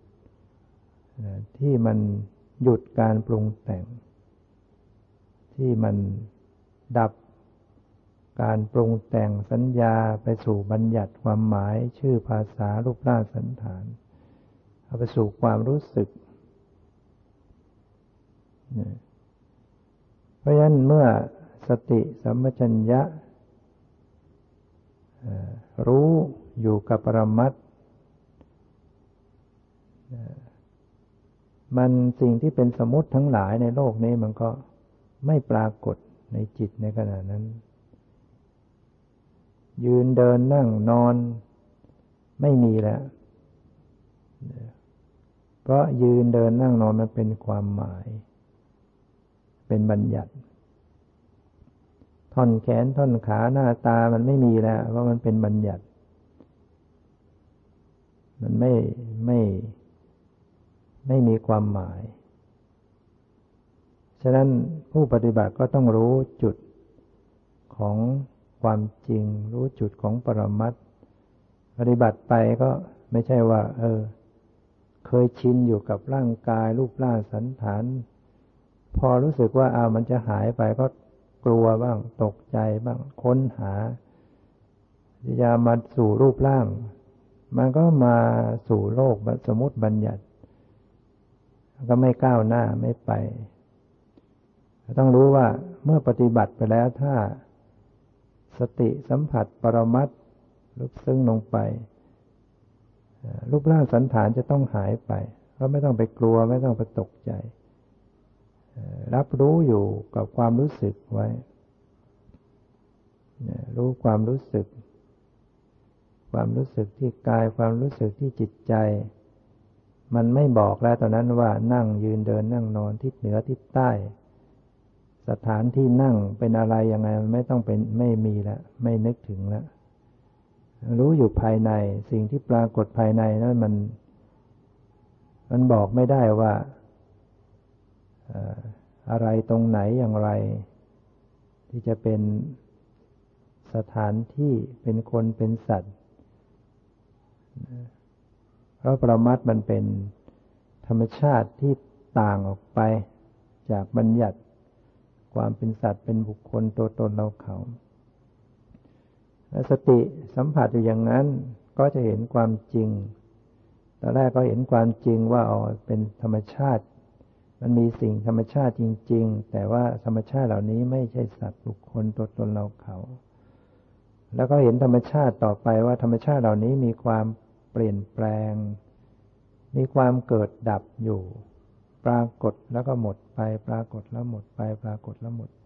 Speaker 1: ที่มันหยุดการปรุงแต่งที่มันดับการปรุงแต่งสัญญาไปสู่บัญญัติความหมายชื่อภาษารูปร่างสันฐานเอาไปสู่ความรู้สึกเพราะฉะนั้นเมื่อสติสัมปชัญญะรู้อยู่กับปรมัตถ์มันสิ่งที่เป็นสมมุติทั้งหลายในโลกนี้มันก็ไม่ปรากฏในจิตในขณะนั้นยืนเดินนั่งนอนไม่มีแล้วเพราะยืนเดินนั่งนอนมันเป็นความหมายเป็นบัญญัติท่อนแขนท่อนขาหน้าตามันไม่มีแล้วเพราะมันเป็นบัญญัติมันไม่ไม่ไม่มีความหมายฉะนั้นผู้ปฏิบัติก็ต้องรู้จุดของความจริงรู้จุดของปรมัตถ์ปฏิบัติไปก็ไม่ใช่ว่าเออเคยชินอยู่กับร่างกายรูปร่างสันฐานพอรู้สึกว่าอ้าวมันจะหายไปก็กลัวบ้างตกใจบ้างค้นหาจะมาสู่รูปร่างมันก็มาสู่โลกสมมุติบัญญัติก็ไม่ก้าวหน้าไม่ไปต้องรู้ว่าเมื่อปฏิบัติไปแล้วถ้าสติสัมผัสปรมัตถ์ลึกซึ้งลงไปรูปร่างสันฐานจะต้องหายไปก็ไม่ต้องไปกลัวไม่ต้องไปตกใจรับรู้อยู่กับความรู้สึกไว้รู้ความรู้สึกความรู้สึกที่กายความรู้สึกที่จิตใจมันไม่บอกแล้วตอนนั้นว่านั่งยืนเดินนั่งนอนทิศเหนือทิศใต้สถานที่นั่งเป็นอะไรยังไงมันไม่ต้องเป็นไม่มีแล้วไม่นึกถึงแล้วรู้อยู่ภายในสิ่งที่ปรากฏภายในนั้นมันมันบอกไม่ได้ว่าอะไรตรงไหนอย่างไรที่จะเป็นสถานที่เป็นคนเป็นสัตว์เพราะปรมัตถ์มันเป็นธรรมชาติที่ต่างออกไปจากบัญญัติความเป็นสัตว์เป็นบุคคลตัวตนเราเขาสติสัมผัสอยู่อย่างนั้นก็จะเห็นความจริงตอนแรกก็เห็นความจริงว่าอ๋อเป็นธรรมชาติมันมีสิ่งธรรมชาติจริงๆแต่ว่าธรรมชาติเหล่านี้ไม่ใช่สัตว์บุคคลตัวตนเราเขาแล้วก็เห็นธรรมชาติต่อไปว่าธรรมชาติเหล่านี้มีความเปลี่ยนแปลงมีความเกิดดับอยู่ปรากฏแล้วก็หมดไปปรากฏแล้วหมดไปปรากฏแล้วหมดไป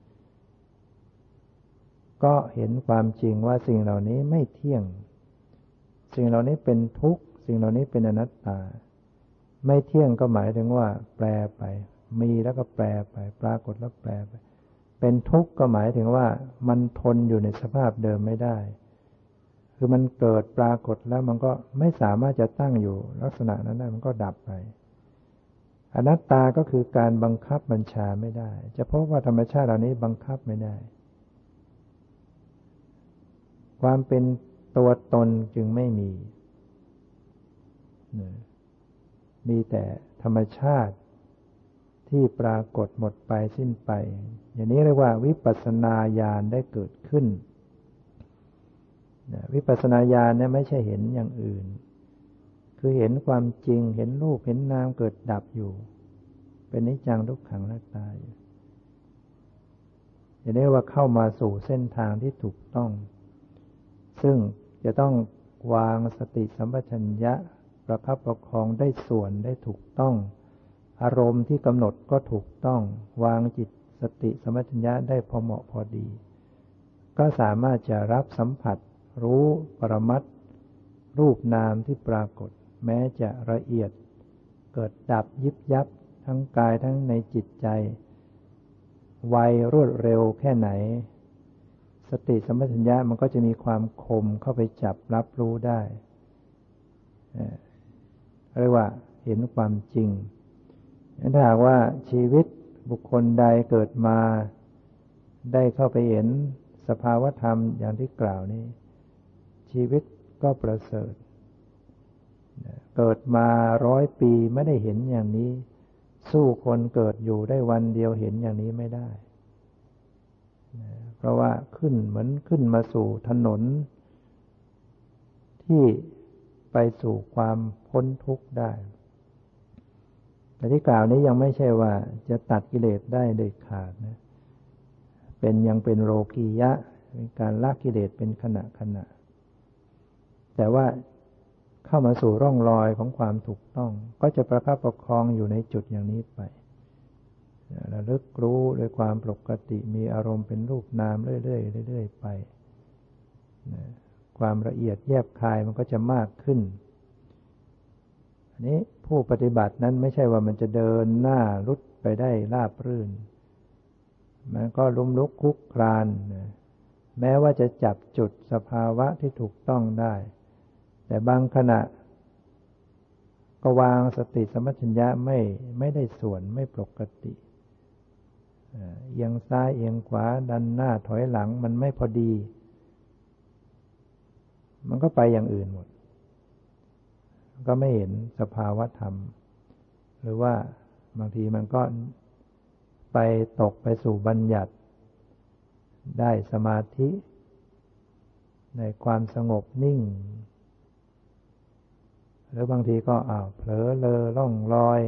Speaker 1: ก็เห็นความจริงว่าสิ่งเหล่านี้ไม่เที่ยงสิ่งเหล่านี้เป็นทุกข์สิ่งเหล่านี้เป็นอนัตตาไม่เที่ยงก็หมายถึงว่าแปรไปมีแล้วก็แปรไปปรากฏแล้วแปรไปเป็นทุกข์ก็หมายถึงว่ามันทนอยู่ในสภาพเดิมไม่ได้คือมันเกิดปรากฏแล้วมันก็ไม่สามารถจะตั้งอยู่ลักษณะนั้นได้มันก็ดับไปอนัตตาก็คือการบังคับบัญชาไม่ได้จะพบว่าธรรมชาติเหล่านี้บังคับไม่ได้ความเป็นตัวตนจึงไม่มีมีแต่ธรรมชาติที่ปรากฏหมดไปสิ้นไปอย่างนี้เรียกว่าวิปัสสนาญาณได้เกิดขึ้นวิปัสสนาญาณเนี่ยไม่ใช่เห็นอย่างอื่นคือเห็นความจริงเห็นรูปเห็นนามเกิดดับอยู่เป็นนิจจังทุกขังอนัตตาอยู่อย่างนี้ว่าเข้ามาสู่เส้นทางที่ถูกต้องซึ่งจะต้องวางสติสัมปชัญญะประคับประคองได้ส่วนได้ถูกต้องอารมณ์ที่กำหนดก็ถูกต้องวางจิตสติสัมปชัญญะได้พอเหมาะพอดีก็สามารถจะรับสัมผัสรู้ปรมัตถ์รูปนามที่ปรากฏแม้จะละเอียดเกิดดับยิบยับทั้งกายทั้งในจิตใจไวรวดเร็วแค่ไหนสติสัมปชัญญะมันก็จะมีความคมเข้าไปจับรับรู้ได้เรียกว่าเห็นความจริงถ้าหากว่าชีวิตบุคคลใดเกิดมาได้เข้าไปเห็นสภาวธรรมอย่างที่กล่าวนี้ชีวิตก็ประเสริฐเกิดมาร้อยปีไม่ได้เห็นอย่างนี้สู้คนเกิดอยู่ได้วันเดียวเห็นอย่างนี้ไม่ได้เพราะว่าขึ้นเหมือนขึ้นมาสู่ถนนที่ไปสู่ความพ้นทุกข์ได้แต่ที่กล่าวนี้ยังไม่ใช่ว่าจะตัดกิเลสได้เด็ดขาดนะเป็นยังเป็นโลกียะเป็นการละกิเลสเป็นขณะขณะแต่ว่าเข้ามาสู่ร่องรอยของความถูกต้องก็จะประคับประคองอยู่ในจุดอย่างนี้ไประลึกรู้ด้วยความปกติมีอารมณ์เป็นรูปนามเรื่อยๆเรื่อยๆไปความละเอียดแยบคายมันก็จะมากขึ้นอันนี้ผู้ปฏิบัตินั้นไม่ใช่ว่ามันจะเดินหน้ารุดไปได้ราบรื่นมันก็ล้มลุกคลุกคลานแม้ว่าจะจับจุดสภาวะที่ถูกต้องได้แต่บางขณะก็วางสติสัมปชัญญะไม่ไม่ได้ส่วนไม่ปกติเอียงซ้ายเอียงขวาดันหน้าถอยหลังมันไม่พอดีมันก็ไปอย่างอื่นหมดก็ไม่เห็นสภาวะธรรมหรือว่าบางทีมันก็ไปตกไปสู่บัญญัติได้สมาธิในความสงบนิ่งหรือบางทีก็อ้าวเผลอเลอล่องลอย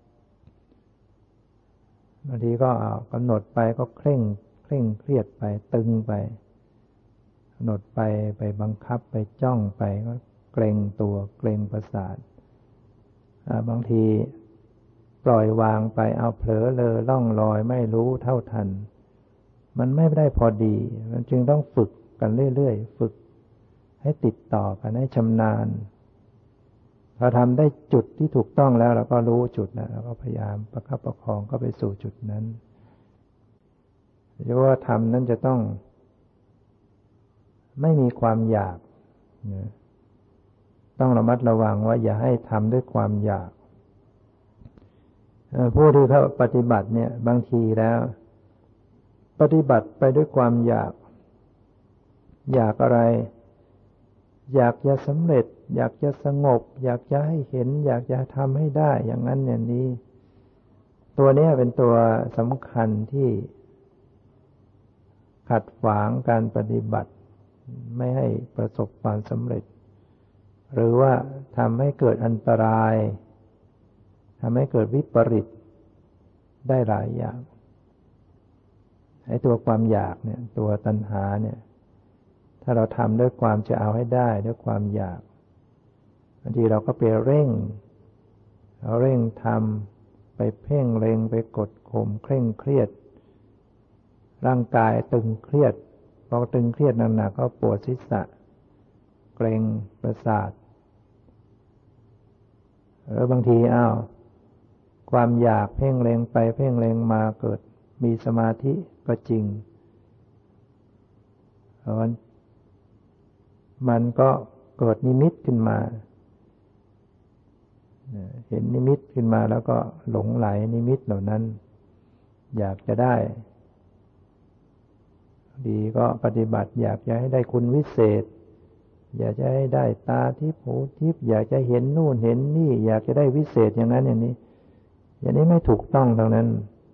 Speaker 1: บางทีก็อ้าวกำหนดไปก็เคร่งเคร่งเครียดไปตึงไปกำหนดไปไปบังคับไปจ้องไปก็เกร็งตัวเกร็งประสาทบางทีปล่อยวางไปเอาเผลอเลอล่องลอยไม่รู้เท่าทันมันไม่ได้พอดีมันจึงต้องฝึกกันเรื่อยๆฝึกให้ติดต่อกันให้ชำนาญพอทำได้จุดที่ถูกต้องแล้วเราก็รู้จุดนะเราก็พยายามประคับประคองก็ไปสู่จุดนั้นเพราะว่าธรรมนั้นจะต้องไม่มีความอยากต้องระมัดระวังว่าอย่าให้ทำด้วยความอยากผู้ที่เขาปฏิบัติเนี่ยบางทีแล้วปฏิบัติไปด้วยความอยากอยากอะไรอยากจะสำเร็จอยากจะสงบอยากจะให้เห็นอยากจะทำให้ได้อย่างนั้นอย่างนี้ตัวนี้เป็นตัวสำคัญที่ขัดขวางการปฏิบัติไม่ให้ประสบความสำเร็จหรือว่าทำให้เกิดอันตรายทำให้เกิดวิปริตได้หลายอย่างไอ้ตัวความอยากเนี่ยตัวตัณหาเนี่ยถ้าเราทำด้วยความจะเอาให้ได้ด้วยความอยากบางทีเราก็ไปเร่งเราเร่งทำไปเพ่งเล็งไปกดข่มเคร่งเครียดร่างกายตึงเครียดพอตึงเครียดหนักๆก็ปวดศีรษะเกร็งประสาทหรือบางทีอ้าวความอยากเพ่งเล็งไปเพ่งเล็งมาเกิดมีสมาธิก็จริงเพราะมันก็เกิดนิมิตขึ้นมาเห็นนิมิตขึ้นมาแล้วก็หลงไหลนิมิตเหล่านั้นอยากจะได้ดีก็ปฏิบัติอยากจะให้ได้คุณวิเศษอยากจะให้ได้ตาทิพย์หูทิพย์อยากจะเห็นนู่นเห็นนี่อยากจะได้วิเศษอย่างนั้นอย่างนี้อย่างนี้ไม่ถูกต้องทั้งนั้น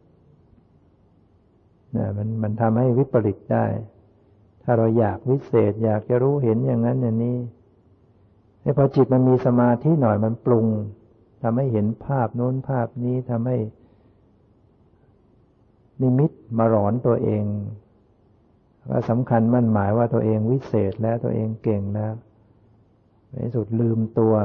Speaker 1: นะมันมันทำให้วิปริตได้ถ้าเราอยากวิเศษอยากจะรู้เห็นอย่างนั้นอย่างนี้ให้พอจิตมันมีสมาธิหน่อยมันปรุงทำให้เห็นภาพโน้นภาพนี้ทำให้นิมิตมาหลอนตัวเองว่าสำคัญมั่นหมายว่าตัวเองวิเศษแล้วตัวเองเก่งแล้วในที่สุดลืมตัว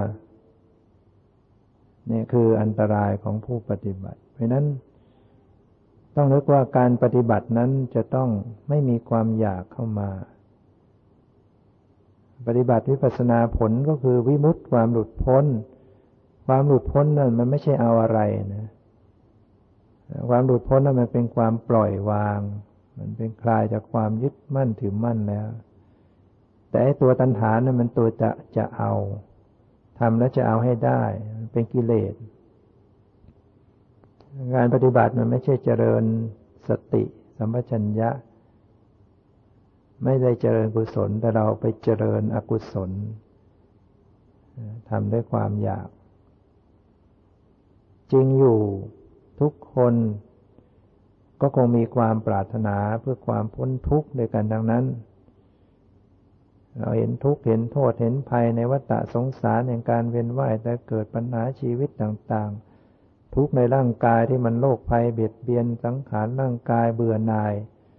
Speaker 1: นี่คืออันตรายของผู้ปฏิบัติเพราะนั้นต้องนึกว่าการปฏิบัตินั้นจะต้องไม่มีความอยากเข้ามาปฏิบัติวิปัสสนาผลก็คือวิมุตติความหลุดพ้นความหลุดพ้นนั้นมันไม่ใช่เอาอะไรนะความหลุดพ้นนั้นมันเป็นความปล่อยวางมันเป็นคลายจากความยึดมั่นถือมั่นแล้วแต่ไอ้ตัวตัณหานั้นมันตัวจะจะเอาทำแล้วจะเอาให้ได้มันเป็นกิเลสงานปฏิบัติมันไม่ใช่เจริญสติสัมปชัญญะไม่ได้เจริญกุศลแต่เราไปเจริญอกุศลทำด้วยความอยากจริงอยู่ทุกคนก็คงมีความปรารถนาเพื่อความพ้นทุกข์ด้วยกันดังนั้นเราเห็นทุกข์เห็นโทษเห็นภัยในวัฏสงสารแห่งการเวียนว่ายแต่เกิดปัญหาชีวิตต่างๆทุกข์ในร่างกายที่มันโรคภัยเบียดเบียนสังขารร่างกายเบื่อหน่าย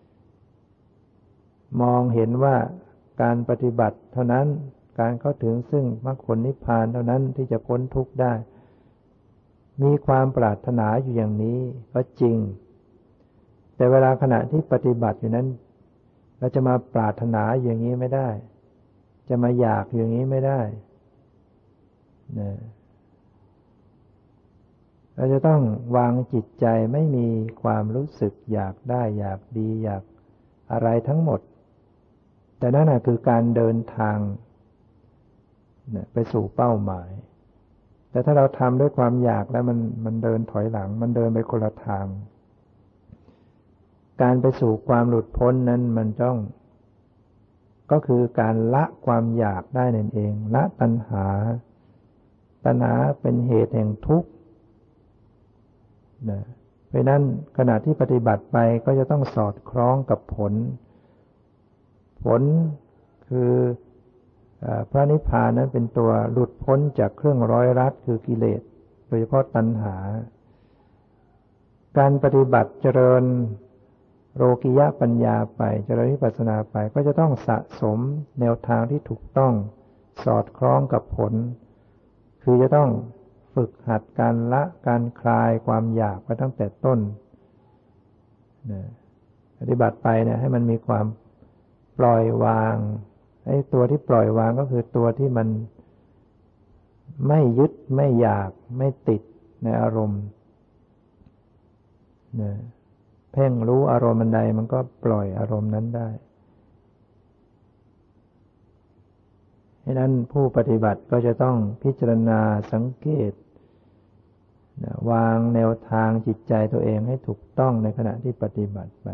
Speaker 1: มองเห็นว่าการปฏิบัติเท่านั้นการเข้าถึงซึ่งมรรคผลนิพพานเท่านั้นที่จะพ้นทุกข์ได้มีความปรารถนาอยู่อย่างนี้ก็จริงแต่เวลาขณะที่ปฏิบัติอยู่นั้นเราจะมาปรารถนาอย่างนี้ไม่ได้จะมาอยากอย่างนี้ไม่ได้นะเราจะต้องวางจิตใจไม่มีความรู้สึกอยากได้อยากดีอยากอะไรทั้งหมดแต่นั่นน่ะคือการเดินทางนะไปสู่เป้าหมายแต่ถ้าเราทำด้วยความอยากแล้วมันมันเดินถอยหลังมันเดินไปคนละทางการไปสู่ความหลุดพ้นนั้นมันต้องก็คือการละความอยากได้นั่นเองละตัณหาตัณหาเป็นเหตุแห่งทุกข์นะเพราะนั้นขณะที่ปฏิบัติไปก็จะต้องสอดคล้องกับผลผลคือพระนิพพานนั้นเป็นตัวหลุดพ้นจากเครื่องร้อยรัดคือกิเลสโดยเฉพาะตัณหาการปฏิบัติเจริญโลกิยะปัญญาไปเจริญวิปัสสนาไปก็จะต้องสะสมแนวทางที่ถูกต้องสอดคล้องกับผลคือจะต้องฝึกหัดการละการคลายความอยากไปตั้งแต่ต้นปฏิบัติไปเนี่ยให้มันมีความปล่อยวางไอ้ตัวที่ปล่อยวางก็คือตัวที่มันไม่ยึดไม่อยากไม่ติดในอารมณ์นะเพ่งรู้อารมณ์ใดมันก็ปล่อยอารมณ์นั้นได้ฉะนั้นผู้ปฏิบัติก็จะต้องพิจารณาสังเกตนะวางแนวทางจิตใจตัวเองให้ถูกต้องในขณะที่ปฏิบัติไป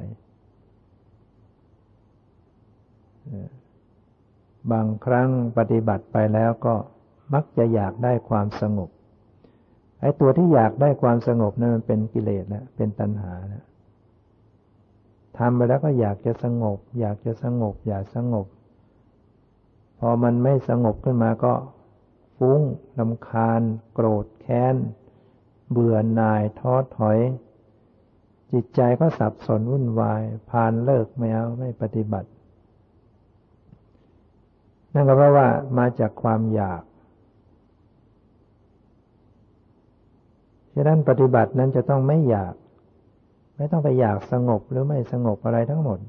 Speaker 1: บางครั้งปฏิบัติไปแล้วก็มักจะอยากได้ความสงบไอ้ตัวที่อยากได้ความสงบนั้นมันเป็นกิเลสแล้วเป็นตัณหาแล้วทำไปแล้วก็อยากจะสงบอยากจะสงบอยากสงบพอมันไม่สงบขึ้นมาก็ฟุ้งรำคาญโกรธแค้นเบื่อหน่ายท้อถอยจิตใจก็สับสนวุ่นวายพานเลิกไม่เอาไม่ปฏิบัตินั่นก็เพราะว่ามาจากความอยากฉะนั้นปฏิบัตินั้นจะต้องไม่อยากไม่ต้องไปอยากสงบหรือไม่สงบอะไรทั้งหมด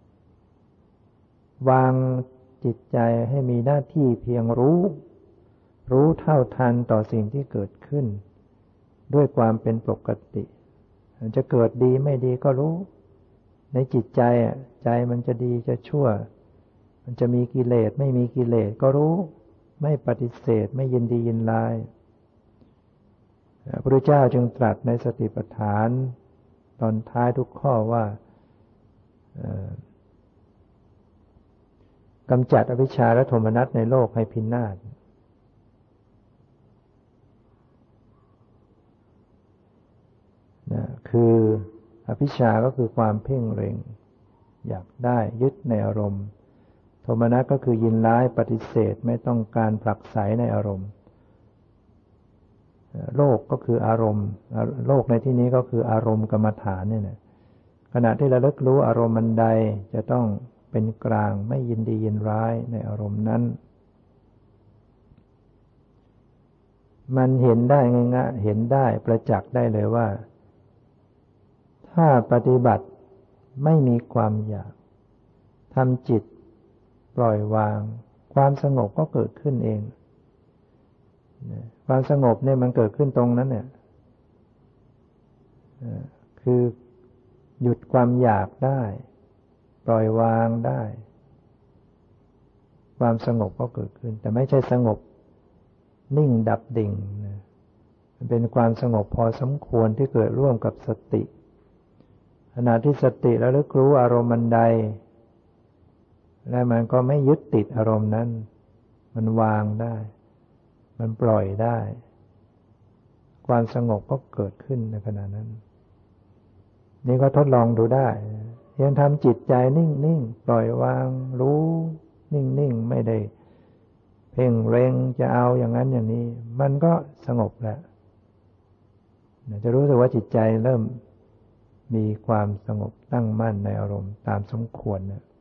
Speaker 1: วางจิตใจให้มีหน้าที่เพียงรู้รู้เท่าทันต่อสิ่งที่เกิดขึ้นด้วยความเป็นปกติจะเกิดดีไม่ดีก็รู้ในจิตใจใจมันจะดีจะชั่วมันจะมีกิเลสไม่มีกิเลสก็รู้ไม่ปฏิเสธไม่ยินดียินร้ายพระพุทธเจ้าจึงตรัสในสติปัฏฐานตอนท้ายทุกข้อว่ากำจัดอวิชชาและโทมนัสในโลกให้พินาศนะคืออวิชชาก็คือความเพ่งเร็งอยากได้ยึดในอารมณ์โทมนัสก็คือยินร้ายปฏิเสธไม่ต้องการผลักไสในอารมณ์โลกก็คืออารมณ์โลกในที่นี้ก็คืออารมณ์กรรมฐานเนี่ยนะขณะที่ระลึกรู้อารมณ์มันใดจะต้องเป็นกลางไม่ยินดียินร้ายในอารมณ์นั้นมันเห็นได้ง่ายๆเห็นได้ประจักษ์ได้เลยว่าถ้าปฏิบัติไม่มีความอยากทำจิตปล่อยวางความสงบก็เกิดขึ้นเองความสงบเนี่ยมันเกิดขึ้นตรงนั้นเนี่ยคือหยุดความอยากได้ปล่อยวางได้ความสงบก็เกิดขึ้นแต่ไม่ใช่สงบนิ่งดับดิ่งนะมันเป็นความสงบพอสมควรที่เกิดร่วมกับสติขณะที่สติระลึกรู้อารมณ์ใดและมันก็ไม่ยึดติดอารมณ์นั้นมันวางได้มันปล่อยได้ความสงบก็เกิดขึ้นในขณะนั้นนี่ก็ทดลองดูได้ยังทำจิตใจนิ่งๆปล่อยวางรู้นิ่งๆไม่ได้เพ่งเร็งจะเอาอย่างนั้นอย่างนี้มันก็สงบแล้วจะรู้สึกว่าจิตใจเริ่มมีความสงบตั้งมั่นในอารมณ์ตามสมควรนะ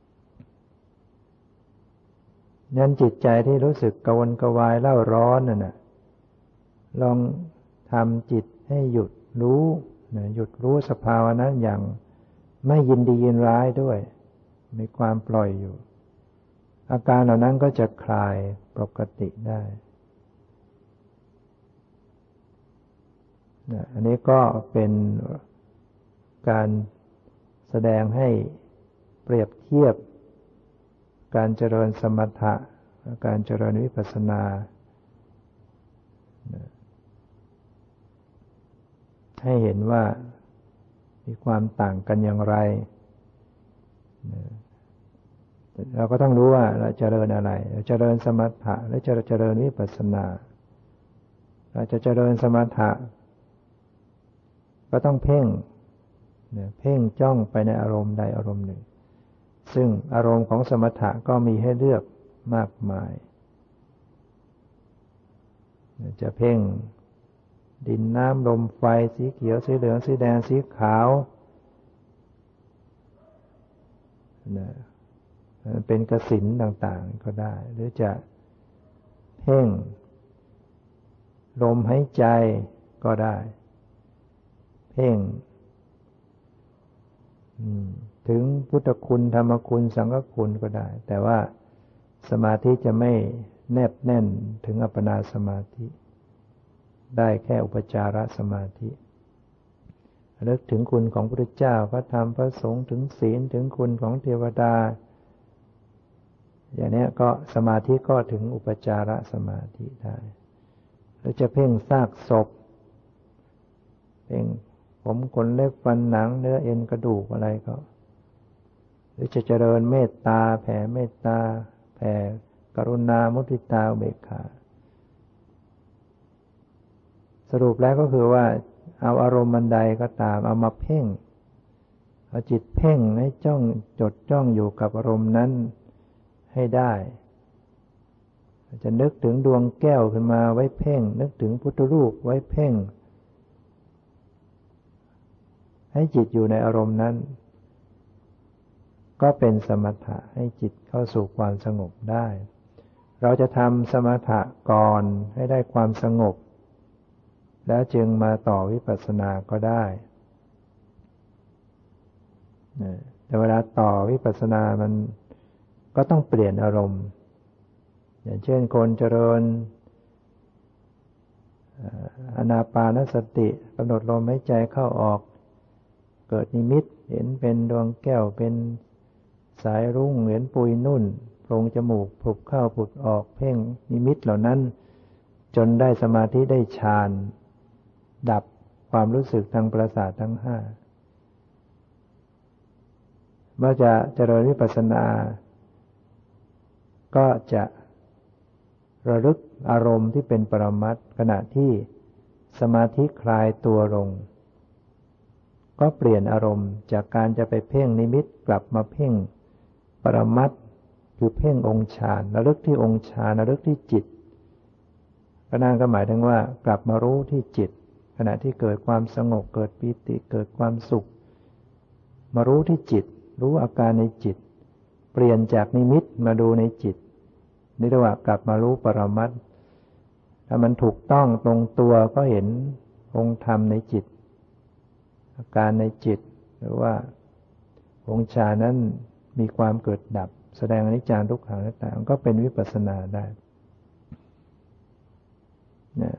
Speaker 1: นั้นจิตใจที่รู้สึกกระวนกระวายเล่าร้อนน่ะลองทำจิตให้หยุดรู้หยุดรู้สภาวะนั้นอย่างไม่ยินดียินร้ายด้วยมีความปล่อยอยู่อาการเหล่านั้นก็จะคลายปกติได้อันนี้ก็เป็นการแสดงให้เปรียบเทียบการเจริญสมถะการเจริญวิปัสสนาให้เห็นว่ามีความต่างกันอย่างไรเราก็ต้องรู้ว่าเราเจริญอะไรเราเจริญสมถะหรือจะเจริญวิปัสสนาเราจะเจริญสมถะก็ต้องเพ่งเพ่งจ้องไปในอารมณ์ใดอารมณ์หนึ่งซึ่งอารมณ์ของสมถะก็มีให้เลือกมากมายจะเพ่งดินน้ำลมไฟสีเขียวสีเหลืองสีแดงสีขาวเป็นกสิณต่างๆก็ได้หรือจะเพ่งลมหายใจก็ได้เพ่งถึงพุทธคุณธรรมคุณสังฆคุณก็ได้แต่ว่าสมาธิจะไม่แนบแน่นถึงอัปปนาสมาธิได้แค่อุปจารสมาธิระลึกถึงคุณของพระพุทธเจ้าพระธรรมพระสงฆ์ถึงศีลถึงคุณของเทวดาอย่างนี้ก็สมาธิก็ถึงอุปจารสมาธิได้แล้วจะเพ่งซากศพเพ่งผมขนเล็บฟันหนังเนื้อเอ็นกระดูกอะไรก็หรือจะเจริญเมตตาแผ่เมตตาแผ่กรุณามุทิตาอุเบกขาสรุปแล้วก็คือว่าเอาอารมณ์บันไดก็ตามเอามาเพ่งเอาจิตเพ่งให้จ้องจดจ้องอยู่กับอารมณ์นั้นให้ได้จะนึกถึงดวงแก้วขึ้นมาไว้เพ่งนึกถึงพุทธรูปไว้เพ่งให้จิตอยู่ในอารมณ์นั้นก็เป็นสมถะให้จิตเข้าสู่ความสงบได้เราจะทำสมถะก่อนให้ได้ความสงบแล้วจึงมาต่อวิปัสสนาก็ได้แต่เวลาต่อวิปัสสนามันก็ต้องเปลี่ยนอารมณ์อย่างเช่นคนเจริญอานาปานสติกำหนดลมหายใจเข้าออกเกิดนิมิตเห็นเป็นดวงแก้วเป็นสายรุ่งเหมือนปุยนุ่นโพรงจมูกผุบเข้าผุดออกเพ่งนิมิตเหล่านั้นจนได้สมาธิได้ฌานดับความรู้สึกทางประสาททั้งห้าเมื่อจะเจริญวิปัสสนาก็จะระลึกอารมณ์ที่เป็นปรมัตถ์ขณะที่สมาธิคลายตัวลงก็เปลี่ยนอารมณ์จากการจะไปเพ่งนิมิตกลับมาเพ่งปรมัตถ์คือเพ่งองค์ฌานระลึกที่องค์ฌานระลึกที่จิตก็นั่นก็หมายถึงว่ากลับมารู้ที่จิตขณะที่เกิดความสงบเกิดปีติเกิดความสุขมารู้ที่จิตรู้อาการในจิตเปลี่ยนจากนิมิตมาดูในจิตนี่เรียกว่ากลับมารู้ปรมัตถ์ถ้ามันถูกต้องตรงตัวก็เห็นองค์ธรรมในจิตอาการในจิตหรือว่าองค์ฌานนั้นมีความเกิดดับแสดงอนิจจังทุกขังอนัตตาก็เป็นวิปัสสนาได้นะ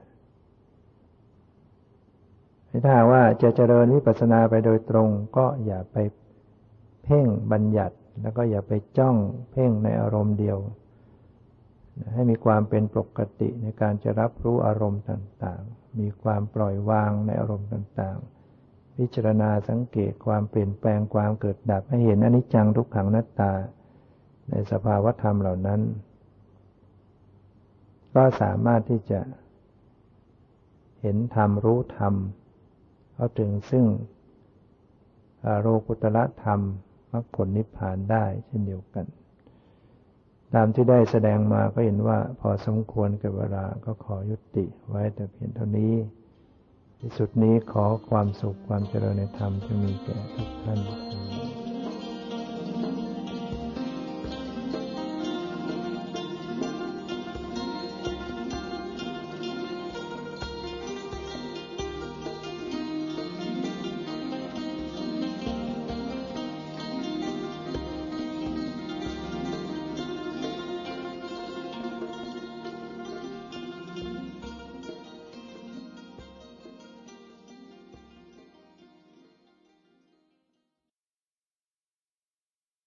Speaker 1: ถ้าว่าจะเจริญวิปัสสนาไปโดยตรงก็อย่าไปเพ่งบัญญัติแล้วก็อย่าไปจ้องเพ่งในอารมณ์เดียวให้มีความเป็นปกติในการจะรับรู้อารมณ์ต่างๆมีความปล่อยวางในอารมณ์ต่างๆพิจารณาสังเกตความเปลี่ยนแปลงความเกิดดับให้เห็นอนิจจังทุกขังอนัตตาในสภาวธรรมเหล่านั้นก็สามารถที่จะเห็นธรรมรู้ธรรมเข้าถึงซึ่งโลกุตระธรรมมรรคผลนิพพานได้เช่นเดียวกันตามที่ได้แสดงมาก็เห็นว่าพอสมควรกับเวลาก็ขอยุติไว้แต่เพียงเท่านี้ที่สุดนี้ขอความสุขความเจริญในธรรมจะมีแก่ทุกท่าน